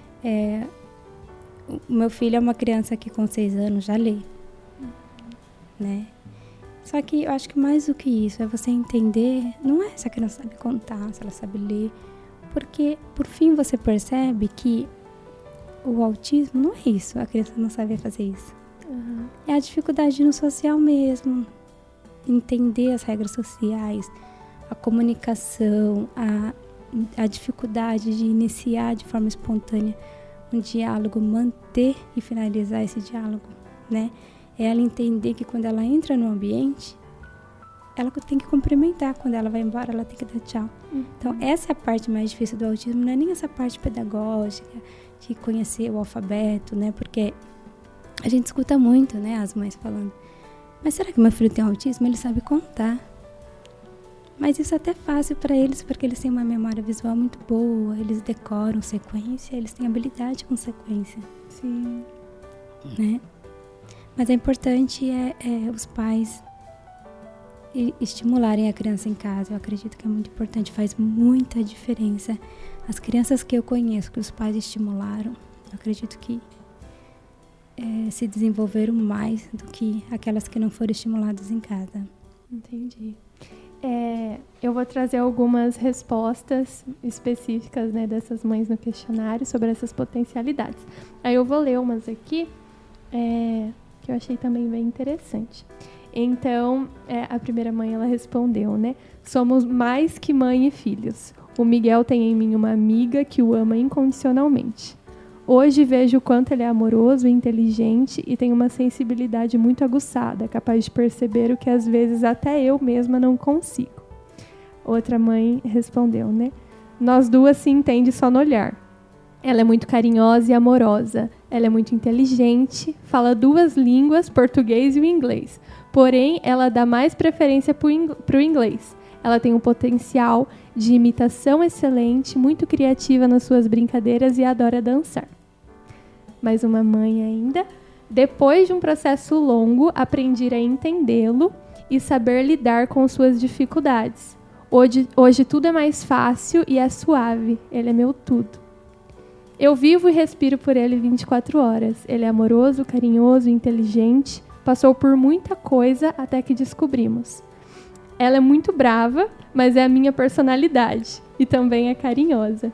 O meu filho é uma criança que com 6 anos já lê, né? Só que eu acho que mais do que isso é você entender, não é se a criança sabe contar, se ela sabe ler, porque por fim você percebe que o autismo não é isso, a criança não sabe fazer isso. É a dificuldade no social mesmo, entender as regras sociais, a comunicação, a dificuldade de iniciar de forma espontânea um diálogo, manter e finalizar esse diálogo, né? é ela entender que quando ela entra no ambiente, ela tem que cumprimentar. Quando ela vai embora, ela tem que dar tchau. Então, essa é a parte mais difícil do autismo, não é nem essa parte pedagógica, de conhecer o alfabeto, né? Porque a gente escuta muito, né, as mães falando, mas será que meu filho tem autismo? Ele sabe contar. Mas isso é até fácil para eles, porque eles têm uma memória visual muito boa, eles decoram sequência, eles têm habilidade com sequência. Sim. Né? Mas é importante os pais estimularem a criança em casa. Eu acredito que é muito importante, faz muita diferença. As crianças que eu conheço, que os pais estimularam, eu acredito que se desenvolveram mais do que aquelas que não foram estimuladas em casa. Entendi. Eu vou trazer algumas respostas específicas, né, dessas mães no questionário sobre essas potencialidades. Aí eu vou ler umas aqui que eu achei também bem interessante. Então, a primeira mãe, ela respondeu, né? Somos mais que mãe e filhos. O Miguel tem em mim uma amiga que o ama incondicionalmente. Hoje vejo o quanto ele é amoroso e inteligente e tem uma sensibilidade muito aguçada, capaz de perceber o que às vezes até eu mesma não consigo. Outra mãe respondeu, né? Nós duas se entendem só no olhar. Ela é muito carinhosa e amorosa. Ela é muito inteligente, fala 2 línguas, português e o inglês. Porém, ela dá mais preferência para o inglês. Ela tem um potencial de imitação excelente, muito criativa nas suas brincadeiras e adora dançar. Mais uma mãe ainda. Depois de um processo longo, aprendi a entendê-lo e saber lidar com suas dificuldades. Hoje tudo é mais fácil e é suave. Ele é meu tudo. Eu vivo e respiro por ele 24 horas. Ele é amoroso, carinhoso, inteligente. Passou por muita coisa até que descobrimos. Ela é muito brava, mas é a minha personalidade. E também é carinhosa.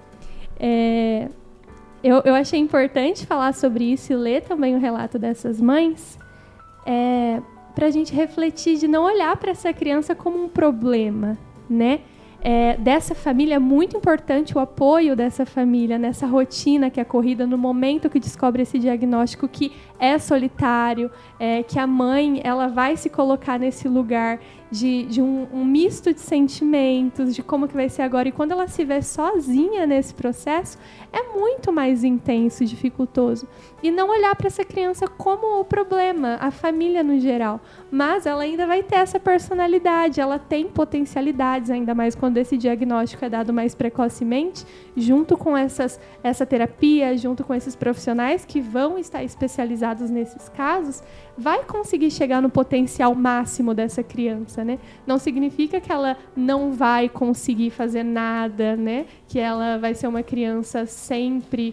Eu achei importante falar sobre isso e ler também o relato dessas mães, para a gente refletir de não olhar para essa criança como um problema, né? Dessa família é muito importante o apoio dessa família nessa rotina que é corrida no momento que descobre esse diagnóstico que é solitário, que a mãe ela vai se colocar nesse lugar de um misto de sentimentos, de como que vai ser agora. E quando ela se vê sozinha nesse processo, é muito mais intenso e dificultoso. E não olhar para essa criança como o problema, a família no geral. Mas ela ainda vai ter essa personalidade, ela tem potencialidades, ainda mais quando esse diagnóstico é dado mais precocemente, junto com essa terapia, junto com esses profissionais que vão estar especializados nesses casos, vai conseguir chegar no potencial máximo dessa criança, né? Não significa que ela não vai conseguir fazer nada, né? Que ela vai ser uma criança sempre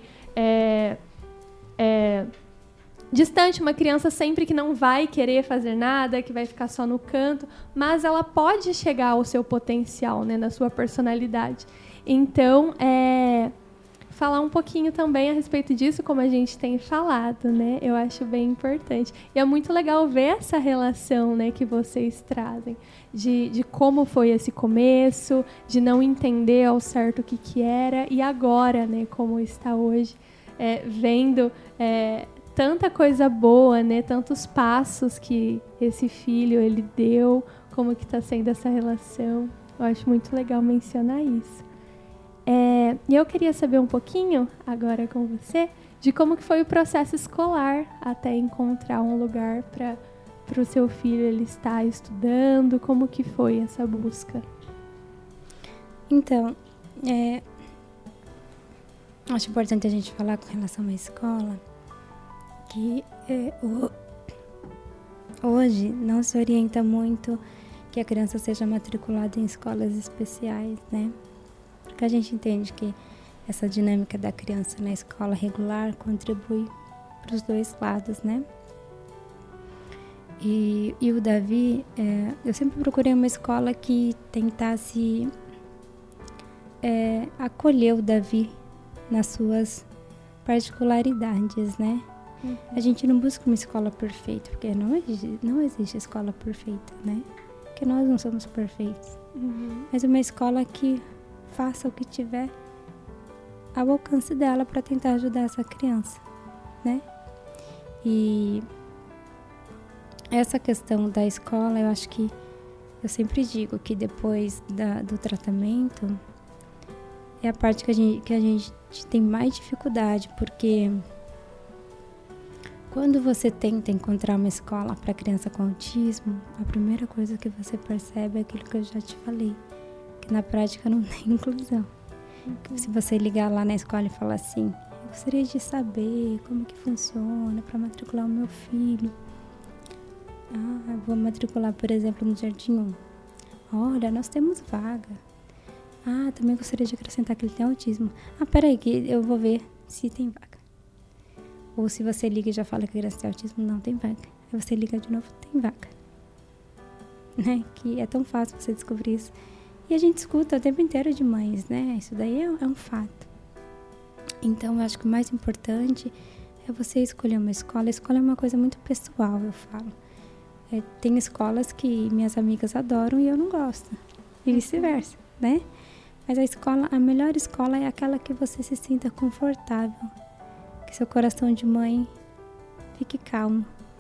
distante, uma criança sempre que não vai querer fazer nada, que vai ficar só no canto, mas ela pode chegar ao seu potencial, né? Na sua personalidade. Então, falar um pouquinho também a respeito disso, como a gente tem falado, né? Eu acho bem importante. E é muito legal ver essa relação, né, que vocês trazem, de como foi esse começo, de não entender ao certo o que era, e agora, né, como está hoje, vendo tanta coisa boa, né, tantos passos que esse filho ele deu, como que está sendo essa relação. Eu acho muito legal mencionar isso. E eu queria saber um pouquinho, agora com você, de como que foi o processo escolar até encontrar um lugar para o seu filho ele estar estudando, como que foi essa busca? Então, acho importante a gente falar com relação à escola, que hoje não se orienta muito que a criança seja matriculada em escolas especiais, né? Porque a gente entende que essa dinâmica da criança na escola regular contribui para os 2 lados, né? E o Davi, eu sempre procurei uma escola que tentasse acolher o Davi nas suas particularidades, né? Uhum. A gente não busca uma escola perfeita, porque não existe escola perfeita, né? Porque nós não somos perfeitos. Uhum. Mas uma escola que faça o que tiver ao alcance dela para tentar ajudar essa criança, né? E essa questão da escola, eu acho que eu sempre digo que depois do tratamento é a parte que a gente tem mais dificuldade, porque quando você tenta encontrar uma escola para criança com autismo, a primeira coisa que você percebe é aquilo que eu já te falei, que na prática não tem inclusão. Se você ligar lá na escola e falar assim, eu gostaria de saber como que funciona para matricular o meu filho. Eu vou matricular, por exemplo, no Jardim 1. Olha, nós temos vaga. Também gostaria de acrescentar que ele tem autismo. Peraí, que eu vou ver se tem vaga. Ou se você liga e já fala que a criança tem autismo, não tem vaga. Aí você liga de novo, tem vaga. Né? Que é tão fácil você descobrir isso. E a gente escuta o tempo inteiro de mães, né? Isso daí é um fato. Então, eu acho que o mais importante é você escolher uma escola. A escola é uma coisa muito pessoal, eu falo. Tem escolas que minhas amigas adoram e eu não gosto. E vice-versa, né? Mas a melhor escola é aquela que você se sinta confortável. Que seu coração de mãe fique calmo.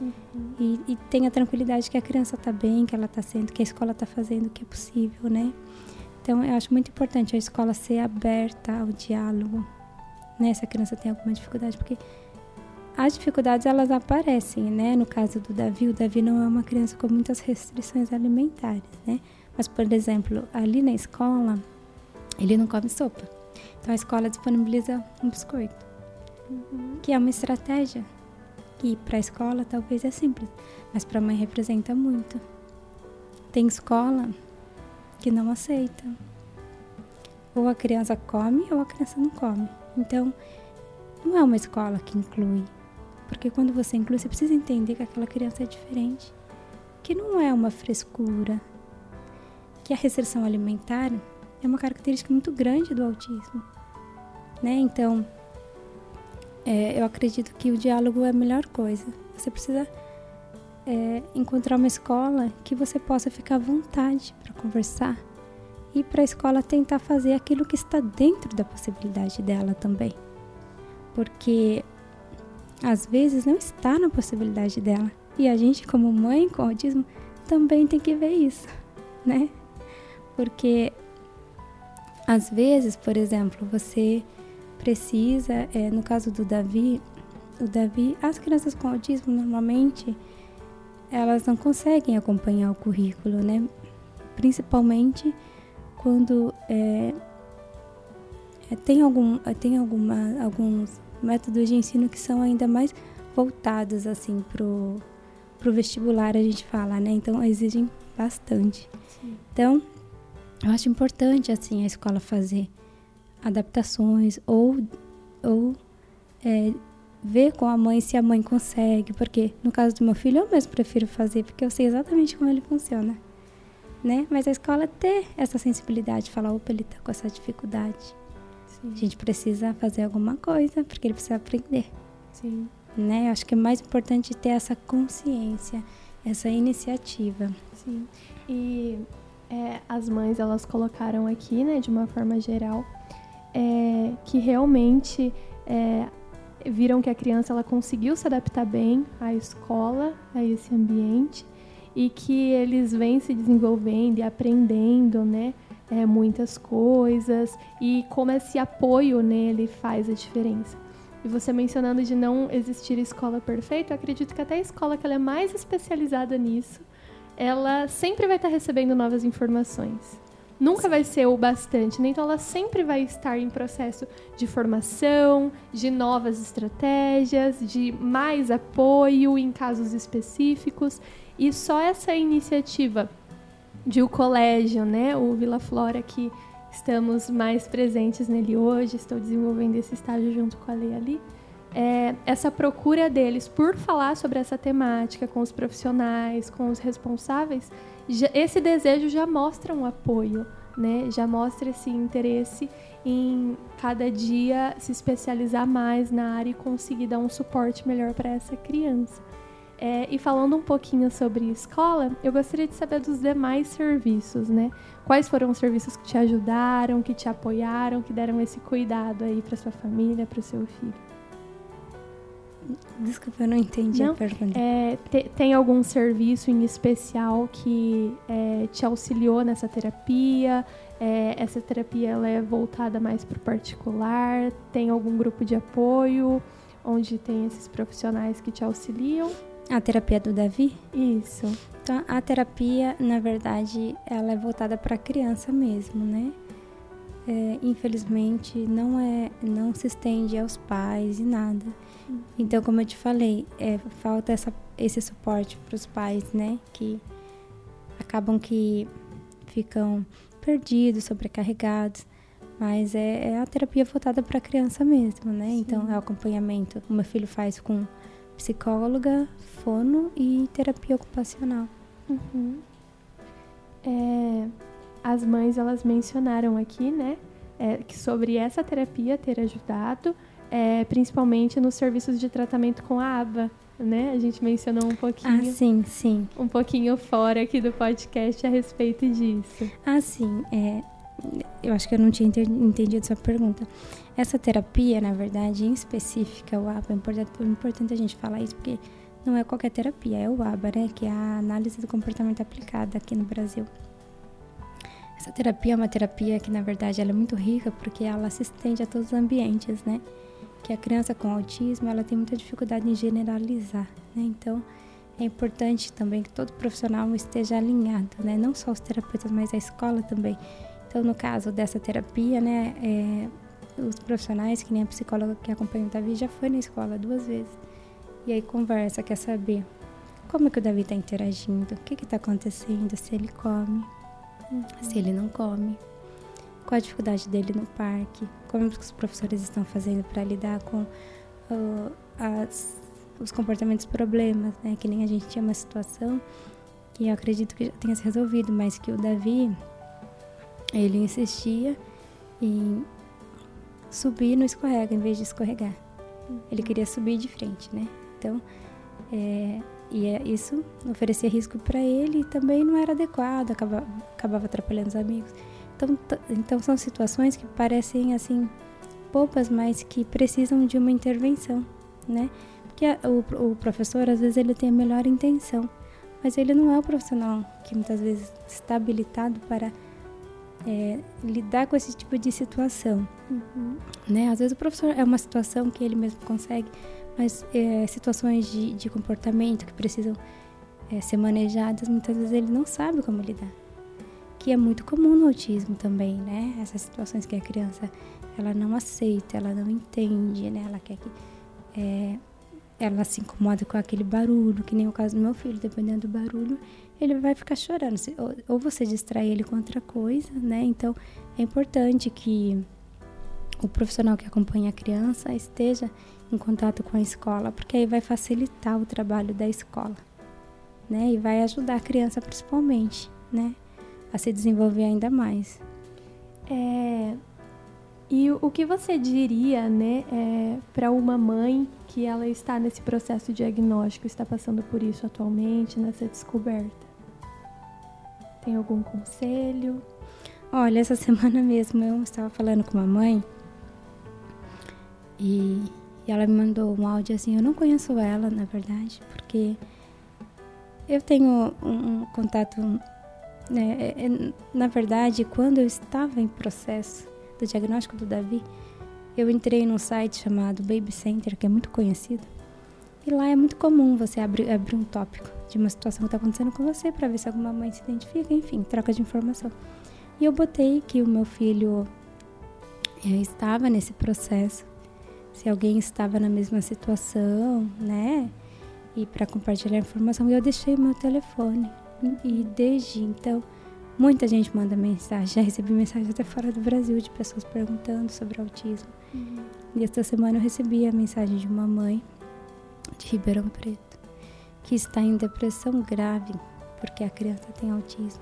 E tenha tranquilidade que a criança está bem, que ela está sendo, que a escola está fazendo o que é possível, né? Então, eu acho muito importante a escola ser aberta ao diálogo, né? Se a criança tem alguma dificuldade, porque as dificuldades, elas aparecem, né? No caso do Davi, o Davi não é uma criança com muitas restrições alimentares, né? Mas, por exemplo, ali na escola, ele não come sopa. Então, a escola disponibiliza um biscoito, que é uma estratégia que para a escola talvez é simples, mas para a mãe representa muito. Tem escola que não aceita. Ou a criança come ou a criança não come. Então, não é uma escola que inclui. Porque quando você inclui, você precisa entender que aquela criança é diferente. Que não é uma frescura. Que a restrição alimentar é uma característica muito grande do autismo. Né? Então, eu acredito que o diálogo é a melhor coisa. Você precisa encontrar uma escola que você possa ficar à vontade para conversar. E para a escola tentar fazer aquilo que está dentro da possibilidade dela também. Porque às vezes não está na possibilidade dela. E a gente, como mãe com autismo, também tem que ver isso, né? Porque às vezes, por exemplo, você precisa, no caso do Davi, as crianças com autismo normalmente elas não conseguem acompanhar o currículo, né? Principalmente quando tem alguns métodos de ensino que são ainda mais voltados assim pro vestibular, a gente fala, né? Então exigem bastante. Sim. Então eu acho importante assim a escola fazer adaptações ou ver com a mãe se a mãe consegue, porque no caso do meu filho eu mesmo prefiro fazer, porque eu sei exatamente como ele funciona, né? Mas a escola ter essa sensibilidade, falar, opa, ele tá com essa dificuldade. Sim. A gente precisa fazer alguma coisa, porque ele precisa aprender. Sim. Né? Eu acho que é mais importante ter essa consciência, essa iniciativa. Sim. E as mães, elas colocaram aqui, né, de uma forma geral, que realmente viram que a criança ela conseguiu se adaptar bem à escola, a esse ambiente, e que eles vêm se desenvolvendo e aprendendo, né, muitas coisas, e como esse apoio nele faz a diferença. E você mencionando de não existir escola perfeita, eu acredito que até a escola que ela é mais especializada nisso, ela sempre vai estar recebendo novas informações. Nunca vai ser o bastante, né? Então ela sempre vai estar em processo de formação, de novas estratégias, de mais apoio em casos específicos. E só essa iniciativa de o colégio, né? O Vila Flora, que estamos mais presentes nele hoje, estou desenvolvendo esse estágio junto com a Lei ali. Essa procura deles por falar sobre essa temática com os profissionais, com os responsáveis, esse desejo já mostra um apoio, né? Já mostra esse interesse em cada dia se especializar mais na área e conseguir dar um suporte melhor para essa criança. E falando um pouquinho sobre escola, eu gostaria de saber dos demais serviços, né? Quais foram os serviços que te ajudaram, que te apoiaram, que deram esse cuidado aí para sua família, para o seu filho? Desculpa, eu não entendi a pergunta. Tem algum serviço em especial que te auxiliou nessa terapia? Essa terapia ela é voltada mais para o particular? Tem algum grupo de apoio onde tem esses profissionais que te auxiliam? A terapia do Davi? Isso. Então, a terapia, na verdade, ela é voltada para a criança mesmo, né? Infelizmente, não se estende aos pais e nada. Então, como eu te falei, falta esse suporte para os pais, né? Que acabam que ficam perdidos, sobrecarregados. Mas é a terapia voltada para a criança mesmo, né? Sim. Então, é o acompanhamento. O meu filho faz com psicóloga, fono e terapia ocupacional. Uhum. As mães, elas mencionaram aqui, né? Que sobre essa terapia ter ajudado, principalmente nos serviços de tratamento com a ABA, né? A gente mencionou um pouquinho. Ah, sim, sim. Um pouquinho fora aqui do podcast a respeito disso. Ah, sim. Eu acho que eu não tinha entendido sua pergunta. Essa terapia, na verdade, em específica, o ABA, é importante a gente falar isso, porque não é qualquer terapia, é o ABA, né? Que é a análise do comportamento aplicada aqui no Brasil. Essa terapia é uma terapia que, na verdade, ela é muito rica, porque ela se estende a todos os ambientes, né? Que a criança com autismo, ela tem muita dificuldade em generalizar, né? Então, é importante também que todo profissional esteja alinhado, né? Não só os terapeutas, mas a escola também. Então, no caso dessa terapia, né, os profissionais, que nem a psicóloga que acompanha o Davi, já foi na escola 2 vezes. E aí conversa, quer saber como é que o Davi está interagindo, o que está acontecendo, se ele come, se ele não come, qual a dificuldade dele no parque, como os professores estão fazendo para lidar com os comportamentos problemas, né, que nem a gente tinha uma situação que eu acredito que já tenha se resolvido, mas que o Davi, ele insistia em subir no escorrega em vez de escorregar. Ele queria subir de frente, né? Então, isso oferecia risco para ele e também não era adequado, acabava atrapalhando os amigos. Então são situações que parecem assim bobas, mas que precisam de uma intervenção, né? Porque o professor, às vezes, ele tem a melhor intenção, mas ele não é o profissional que muitas vezes está habilitado para lidar com esse tipo de situação, né? Às vezes o professor é uma situação que ele mesmo consegue, mas situações de comportamento que precisam ser manejadas, muitas vezes ele não sabe como lidar, que é muito comum no autismo também, né? Essas situações que a criança, ela não aceita, ela não entende, né? Ela quer que ela se incomoda com aquele barulho, que nem o caso do meu filho, dependendo do barulho, ele vai ficar chorando. Ou você distrai ele com outra coisa, né? Então, é importante que o profissional que acompanha a criança esteja em contato com a escola, porque aí vai facilitar o trabalho da escola, né? E vai ajudar a criança, principalmente, né? A se desenvolver ainda mais. E o que você diria, né, para uma mãe que ela está nesse processo diagnóstico, está passando por isso atualmente, nessa descoberta? Tem algum conselho? Olha, essa semana mesmo eu estava falando com uma mãe e ela me mandou um áudio assim. Eu não conheço ela, na verdade, porque eu tenho um contato, né, na verdade, quando eu estava em processo do diagnóstico do Davi, eu entrei num site chamado Baby Center, que é muito conhecido, e lá é muito comum você abrir um tópico de uma situação que está acontecendo com você para ver se alguma mãe se identifica, enfim, troca de informação. E eu botei que o meu filho estava nesse processo, se alguém estava na mesma situação, né, e para compartilhar a informação, e eu deixei o meu telefone. E desde então, muita gente manda mensagem, já recebi mensagem até fora do Brasil de pessoas perguntando sobre autismo. E esta semana eu recebi a mensagem de uma mãe de Ribeirão Preto que está em depressão grave porque a criança tem autismo.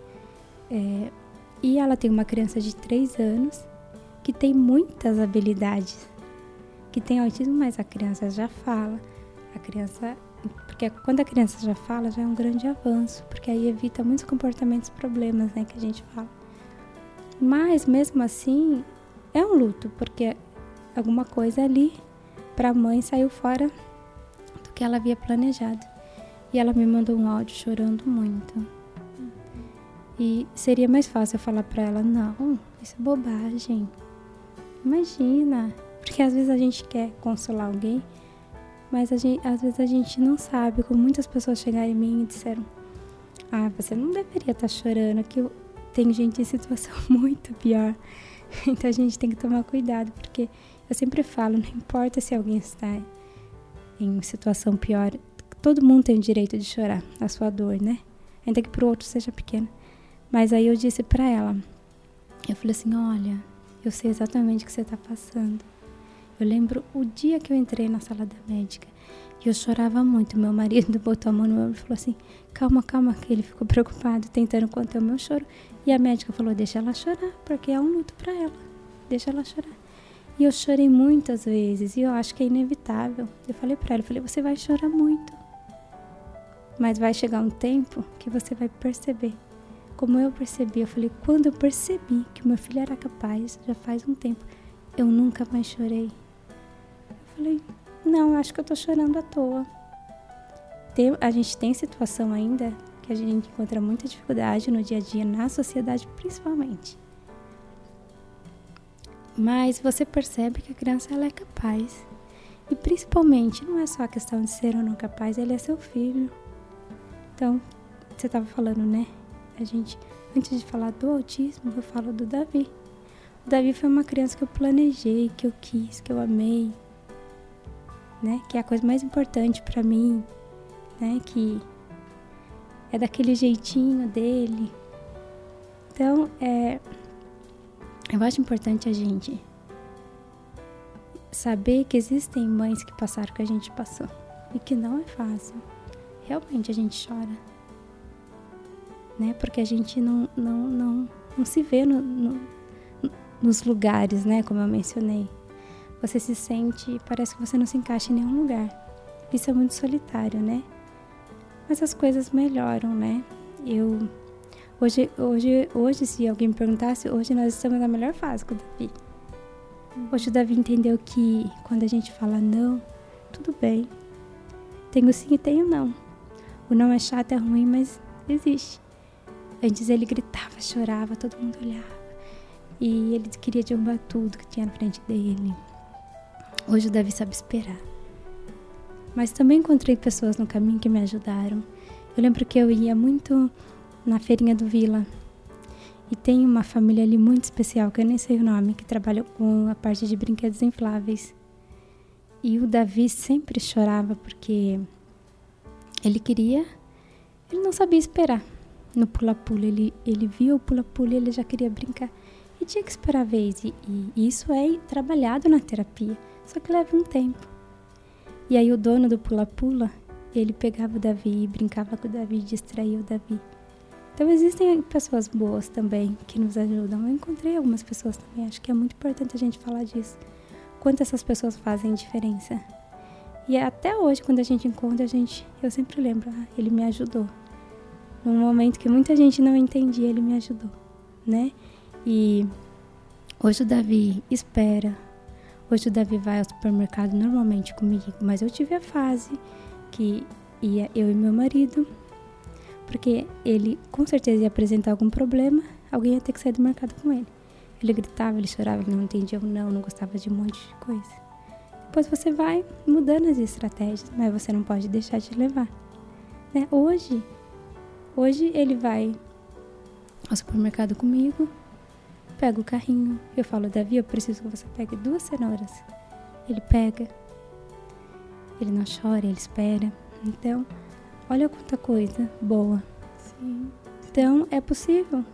E ela tem uma criança de 3 anos que tem muitas habilidades, que tem autismo, mas a criança já fala. Porque quando a criança já fala, já é um grande avanço, porque aí evita muitos comportamentos, problemas, né, que a gente fala. Mas, mesmo assim, é um luto, porque alguma coisa ali, para a mãe, saiu fora que ela havia planejado. E ela me mandou um áudio chorando muito. E seria mais fácil eu falar pra ela, não, isso é bobagem. Imagina. Porque às vezes a gente quer consolar alguém, mas às vezes a gente não sabe. Como muitas pessoas chegaram em mim e disseram, você não deveria estar chorando, que tem gente em situação muito pior. Então a gente tem que tomar cuidado, porque eu sempre falo, não importa se alguém está em situação pior, todo mundo tem o direito de chorar a sua dor, né? Ainda que pro outro seja pequena. Mas aí eu disse pra ela, eu falei assim, olha, eu sei exatamente o que você tá passando. Eu lembro o dia que eu entrei na sala da médica e eu chorava muito. Meu marido botou a mão no meu ombro e falou assim, calma, que ele ficou preocupado, tentando conter o meu choro. E a médica falou, deixa ela chorar, porque é um luto pra ela, deixa ela chorar. E eu chorei muitas vezes e eu acho que é inevitável. Eu falei pra ela, você vai chorar muito. Mas vai chegar um tempo que você vai perceber. Como eu percebi, eu falei, quando eu percebi que o meu filho era capaz, já faz um tempo, eu nunca mais chorei. Eu falei, não, acho que eu tô chorando à toa. A gente tem situação ainda que a gente encontra muita dificuldade no dia a dia, na sociedade principalmente. Mas você percebe que a criança ela é capaz. E principalmente, não é só a questão de ser ou não capaz, ele é seu filho. Então, você estava falando, né? Antes de falar do autismo, eu falo do Davi. O Davi foi uma criança que eu planejei, que eu quis, que eu amei, né? Que é a coisa mais importante para mim, né? Que é daquele jeitinho dele. Então, eu acho importante a gente saber que existem mães que passaram o que a gente passou e que não é fácil. Realmente a gente chora, né? Porque a gente não se vê nos lugares, né? Como eu mencionei. Você se sente, parece que você não se encaixa em nenhum lugar. Isso é muito solitário, né? Mas as coisas melhoram, né? Hoje, se alguém me perguntasse, hoje nós estamos na melhor fase com o Davi. Hoje o Davi entendeu que quando a gente fala não, tudo bem. Tenho sim e tenho não. O não é chato, é ruim, mas existe. Antes ele gritava, chorava, todo mundo olhava. E ele queria derrubar tudo que tinha na frente dele. Hoje o Davi sabe esperar. Mas também encontrei pessoas no caminho que me ajudaram. Eu lembro que eu ia muito na feirinha do Vila. E tem uma família ali muito especial, que eu nem sei o nome, que trabalha com a parte de brinquedos infláveis. E o Davi sempre chorava porque ele não sabia esperar no pula-pula. Ele via o pula-pula e ele já queria brincar. E tinha que esperar a vez. E isso é trabalhado na terapia, só que leva um tempo. E aí o dono do pula-pula, ele pegava o Davi, brincava com o Davi, distraía o Davi. Então existem pessoas boas também que nos ajudam. Eu encontrei algumas pessoas também, acho que é muito importante a gente falar disso. Quanto essas pessoas fazem diferença. E até hoje, quando a gente encontra, eu sempre lembro, ele me ajudou. Num momento que muita gente não entendia, ele me ajudou, né? E hoje o Davi espera. Hoje o Davi vai ao supermercado normalmente comigo, mas eu tive a fase que ia eu e meu marido, porque ele com certeza ia apresentar algum problema, alguém ia ter que sair do mercado com ele. Ele gritava, ele chorava, ele não entendia o não gostava de um monte de coisa. Depois você vai mudando as estratégias, mas você não pode deixar de levar, né? Hoje ele vai ao supermercado comigo, pega o carrinho, eu falo, Davi, eu preciso que você pegue 2 cenouras. Ele pega, ele não chora, ele espera. Então, olha quanta coisa boa. Sim. Então, é possível,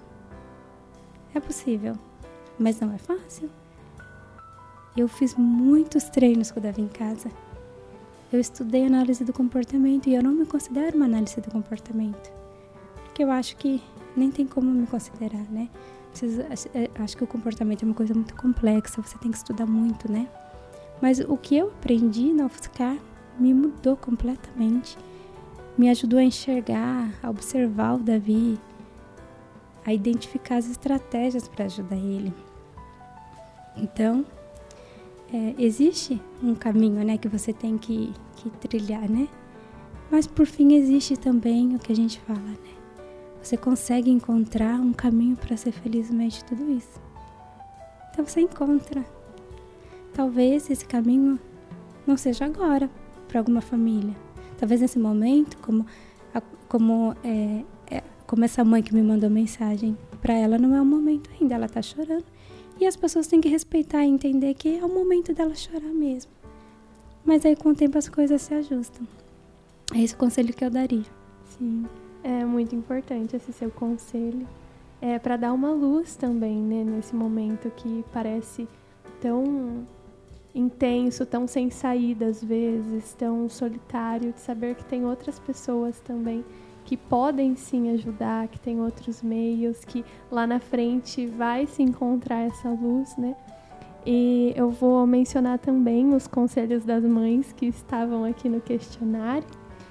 mas não é fácil. Eu fiz muitos treinos com o Davi em casa. Eu estudei análise do comportamento e eu não me considero uma análise do comportamento, porque eu acho que nem tem como me considerar, né? Acho que o comportamento é uma coisa muito complexa, você tem que estudar muito, né? Mas o que eu aprendi na UFSCar me mudou completamente. Me ajudou a enxergar, a observar o Davi, a identificar as estratégias para ajudar ele. Então, existe um caminho, né, que você tem que trilhar, né? Mas por fim existe também o que a gente fala, né? Você consegue encontrar um caminho para ser feliz no meio de tudo isso. Então você encontra. Talvez esse caminho não seja agora para alguma família. Talvez nesse momento, como essa mãe que me mandou mensagem, para ela não é o momento ainda, ela está chorando. E as pessoas têm que respeitar e entender que é o momento dela chorar mesmo. Mas aí com o tempo as coisas se ajustam. É esse o conselho que eu daria. Sim, é muito importante esse seu conselho. Para dar uma luz também, né, nesse momento que parece tão intenso, tão sem saída às vezes, tão solitário, de saber que tem outras pessoas também que podem sim ajudar, que tem outros meios, que lá na frente vai se encontrar essa luz, né? E eu vou mencionar também os conselhos das mães que estavam aqui no questionário.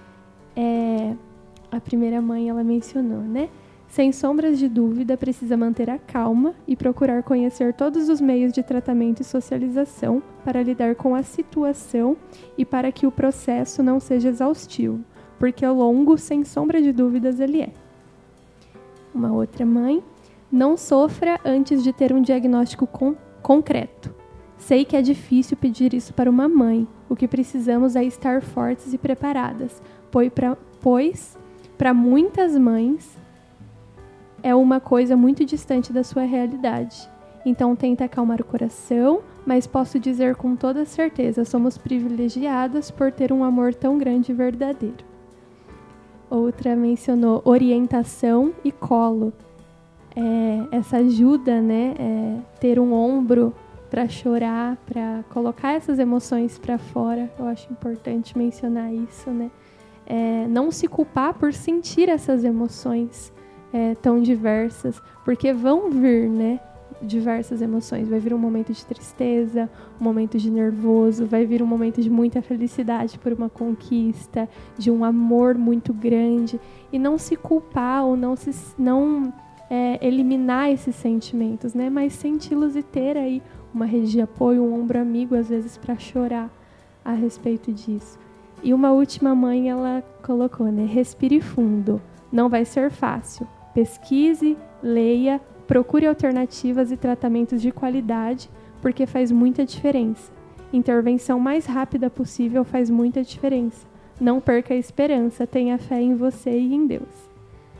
A primeira mãe, ela mencionou, né? Sem sombras de dúvida, precisa manter a calma e procurar conhecer todos os meios de tratamento e socialização para lidar com a situação e para que o processo não seja exaustivo, porque longo, sem sombra de dúvidas, ele é. Uma outra mãe: não sofra antes de ter um diagnóstico concreto. Sei que é difícil pedir isso para uma mãe. O que precisamos é estar fortes e preparadas, pois para muitas mães é uma coisa muito distante da sua realidade. Então tenta acalmar o coração, mas posso dizer com toda certeza, somos privilegiadas por ter um amor tão grande e verdadeiro. Outra mencionou orientação e colo. Essa ajuda, né? Ter um ombro para chorar, para colocar essas emoções para fora. Eu acho importante mencionar isso, né? Não se culpar por sentir essas emoções tão diversas, porque vão vir, né? Diversas emoções. Vai vir um momento de tristeza, um momento de nervoso, vai vir um momento de muita felicidade por uma conquista, de um amor muito grande, e não se culpar ou não eliminar esses sentimentos, né? Mas senti-los e ter aí uma rede de apoio, um ombro amigo, às vezes, para chorar a respeito disso. E uma última mãe, ela colocou, né? Respire fundo. Não vai ser fácil. Pesquise, leia, procure alternativas e tratamentos de qualidade, porque faz muita diferença. Intervenção mais rápida possível faz muita diferença. Não perca a esperança, tenha fé em você e em Deus.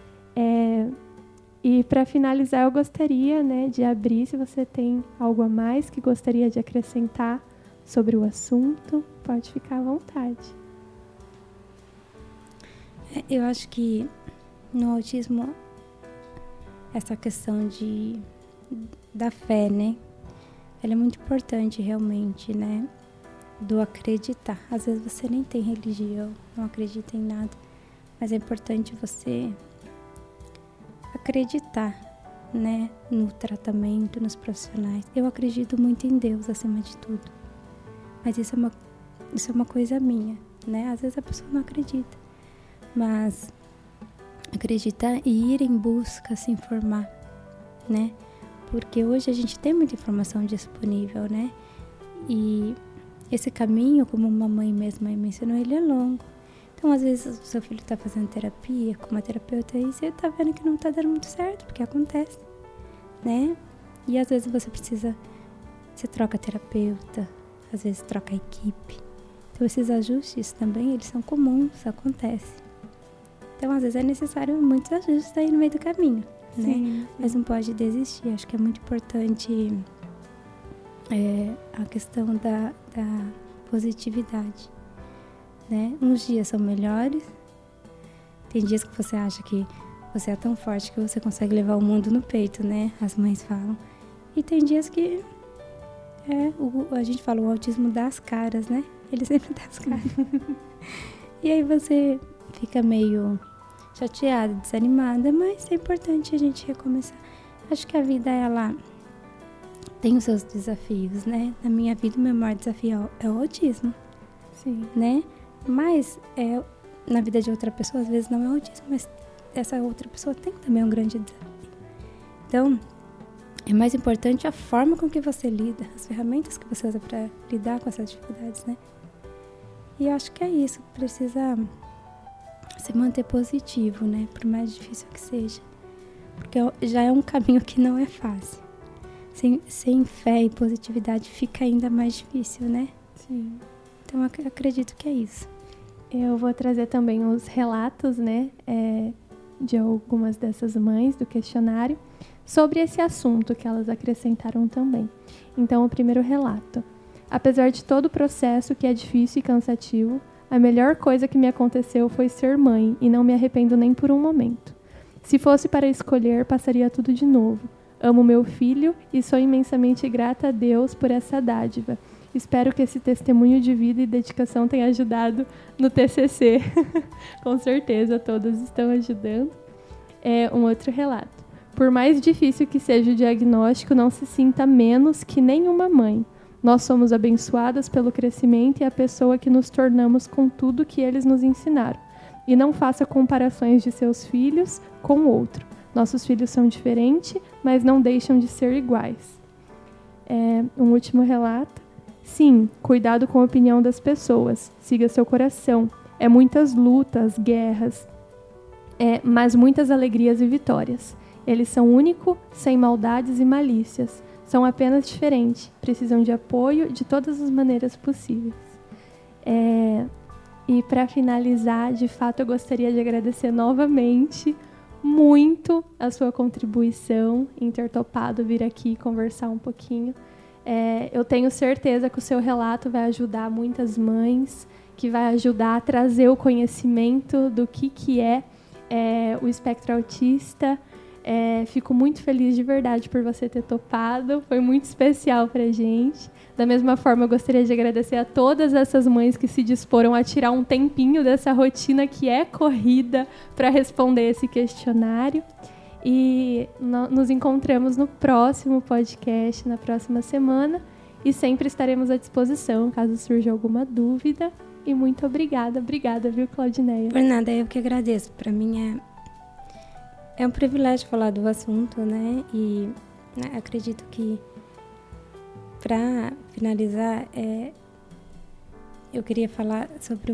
E para finalizar, eu gostaria, né, de abrir, se você tem algo a mais que gostaria de acrescentar sobre o assunto, pode ficar à vontade. Eu acho que no autismo, essa questão da fé, né? Ela é muito importante realmente, né? Do acreditar. Às vezes você nem tem religião, não acredita em nada, mas é importante você acreditar, né? No tratamento, nos profissionais. Eu acredito muito em Deus acima de tudo, mas isso é uma coisa minha, né? Às vezes a pessoa não acredita, mas acreditar e ir em busca, se informar, né? Porque hoje a gente tem muita informação disponível, né? E esse caminho, como uma mãe mesma mencionou, ele é longo. Então, às vezes, o seu filho está fazendo terapia com uma terapeuta e você está vendo que não está dando muito certo, porque acontece, né? E às vezes você troca terapeuta, às vezes troca equipe. Então, esses ajustes também, eles são comuns, acontecem. Então, às vezes é necessário muitos ajustes aí no meio do caminho, né? Sim. Mas não pode desistir. Acho que é muito importante a questão da positividade, né? Uns dias são melhores. Tem dias que você acha que você é tão forte que você consegue levar o mundo no peito, né? As mães falam. E tem dias que a gente fala, o autismo dá as caras, né? Ele sempre dá as caras. E aí você fica meio chateada, desanimada, mas é importante a gente recomeçar. Acho que a vida, ela tem os seus desafios, né? Na minha vida, o meu maior desafio é o autismo. Sim. Né? Mas na vida de outra pessoa, às vezes não é o autismo, mas essa outra pessoa tem também um grande desafio. Então, É mais importante a forma com que você lida, as ferramentas que você usa para lidar com essas dificuldades, né? E eu acho que é isso, precisa se manter positivo, né? Por mais difícil que seja. Porque já é um caminho que não é fácil. Sem fé e positividade fica ainda mais difícil, né? Sim. Então eu acredito que é isso. Eu vou trazer também os relatos, né? De algumas dessas mães do questionário sobre esse assunto que elas acrescentaram também. Então, o primeiro relato. Apesar de todo o processo que é difícil e cansativo, a melhor coisa que me aconteceu foi ser mãe e não me arrependo nem por um momento. Se fosse para escolher, passaria tudo de novo. Amo meu filho e sou imensamente grata a Deus por essa dádiva. Espero que esse testemunho de vida e dedicação tenha ajudado no TCC. Com certeza, todos estão ajudando. Um outro relato. Por mais difícil que seja o diagnóstico, não se sinta menos que nenhuma mãe. Nós somos abençoadas pelo crescimento e a pessoa que nos tornamos com tudo que eles nos ensinaram. E não faça comparações de seus filhos com o outro. Nossos filhos são diferentes, mas não deixam de ser iguais. Um último relato. Sim, cuidado com a opinião das pessoas. Siga seu coração. Muitas lutas, guerras, mas muitas alegrias e vitórias. Eles são únicos, sem maldades e malícias. São apenas diferentes. Precisam de apoio de todas as maneiras possíveis. E para finalizar, de fato, eu gostaria de agradecer novamente muito a sua contribuição em ter topado vir aqui conversar um pouquinho. Eu tenho certeza que o seu relato vai ajudar muitas mães, que vai ajudar a trazer o conhecimento do que é o espectro autista. Fico muito feliz de verdade por você ter topado, foi muito especial pra gente. Da mesma forma, eu gostaria de agradecer a todas essas mães que se disporam a tirar um tempinho dessa rotina que é corrida para responder esse questionário. E nos encontramos no próximo podcast, na próxima semana, e sempre estaremos à disposição caso surja alguma dúvida. E muito obrigada, viu, Claudineia? Por nada, eu que agradeço. Para mim é um privilégio falar do assunto, né? E acredito que, para finalizar, eu queria falar sobre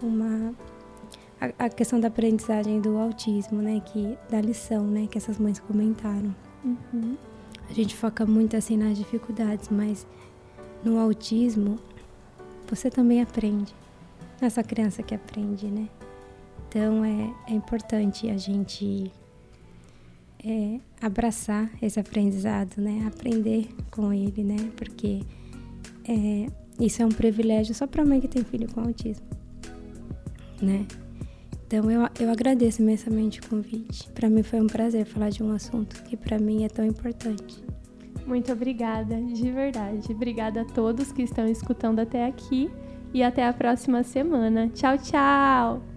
a questão da aprendizagem do autismo, né? Da lição, né? Que essas mães comentaram. Uhum. A gente foca muito assim nas dificuldades, mas no autismo você também aprende. Não é só criança que aprende, né? Então é importante a gente abraçar esse aprendizado, né? Aprender com ele, né? Porque isso é um privilégio só para mãe que tem filho com autismo, né? Então eu agradeço imensamente o convite. Para mim foi um prazer falar de um assunto que para mim é tão importante. Muito obrigada, de verdade. Obrigada a todos que estão escutando até aqui e até a próxima semana. Tchau, tchau!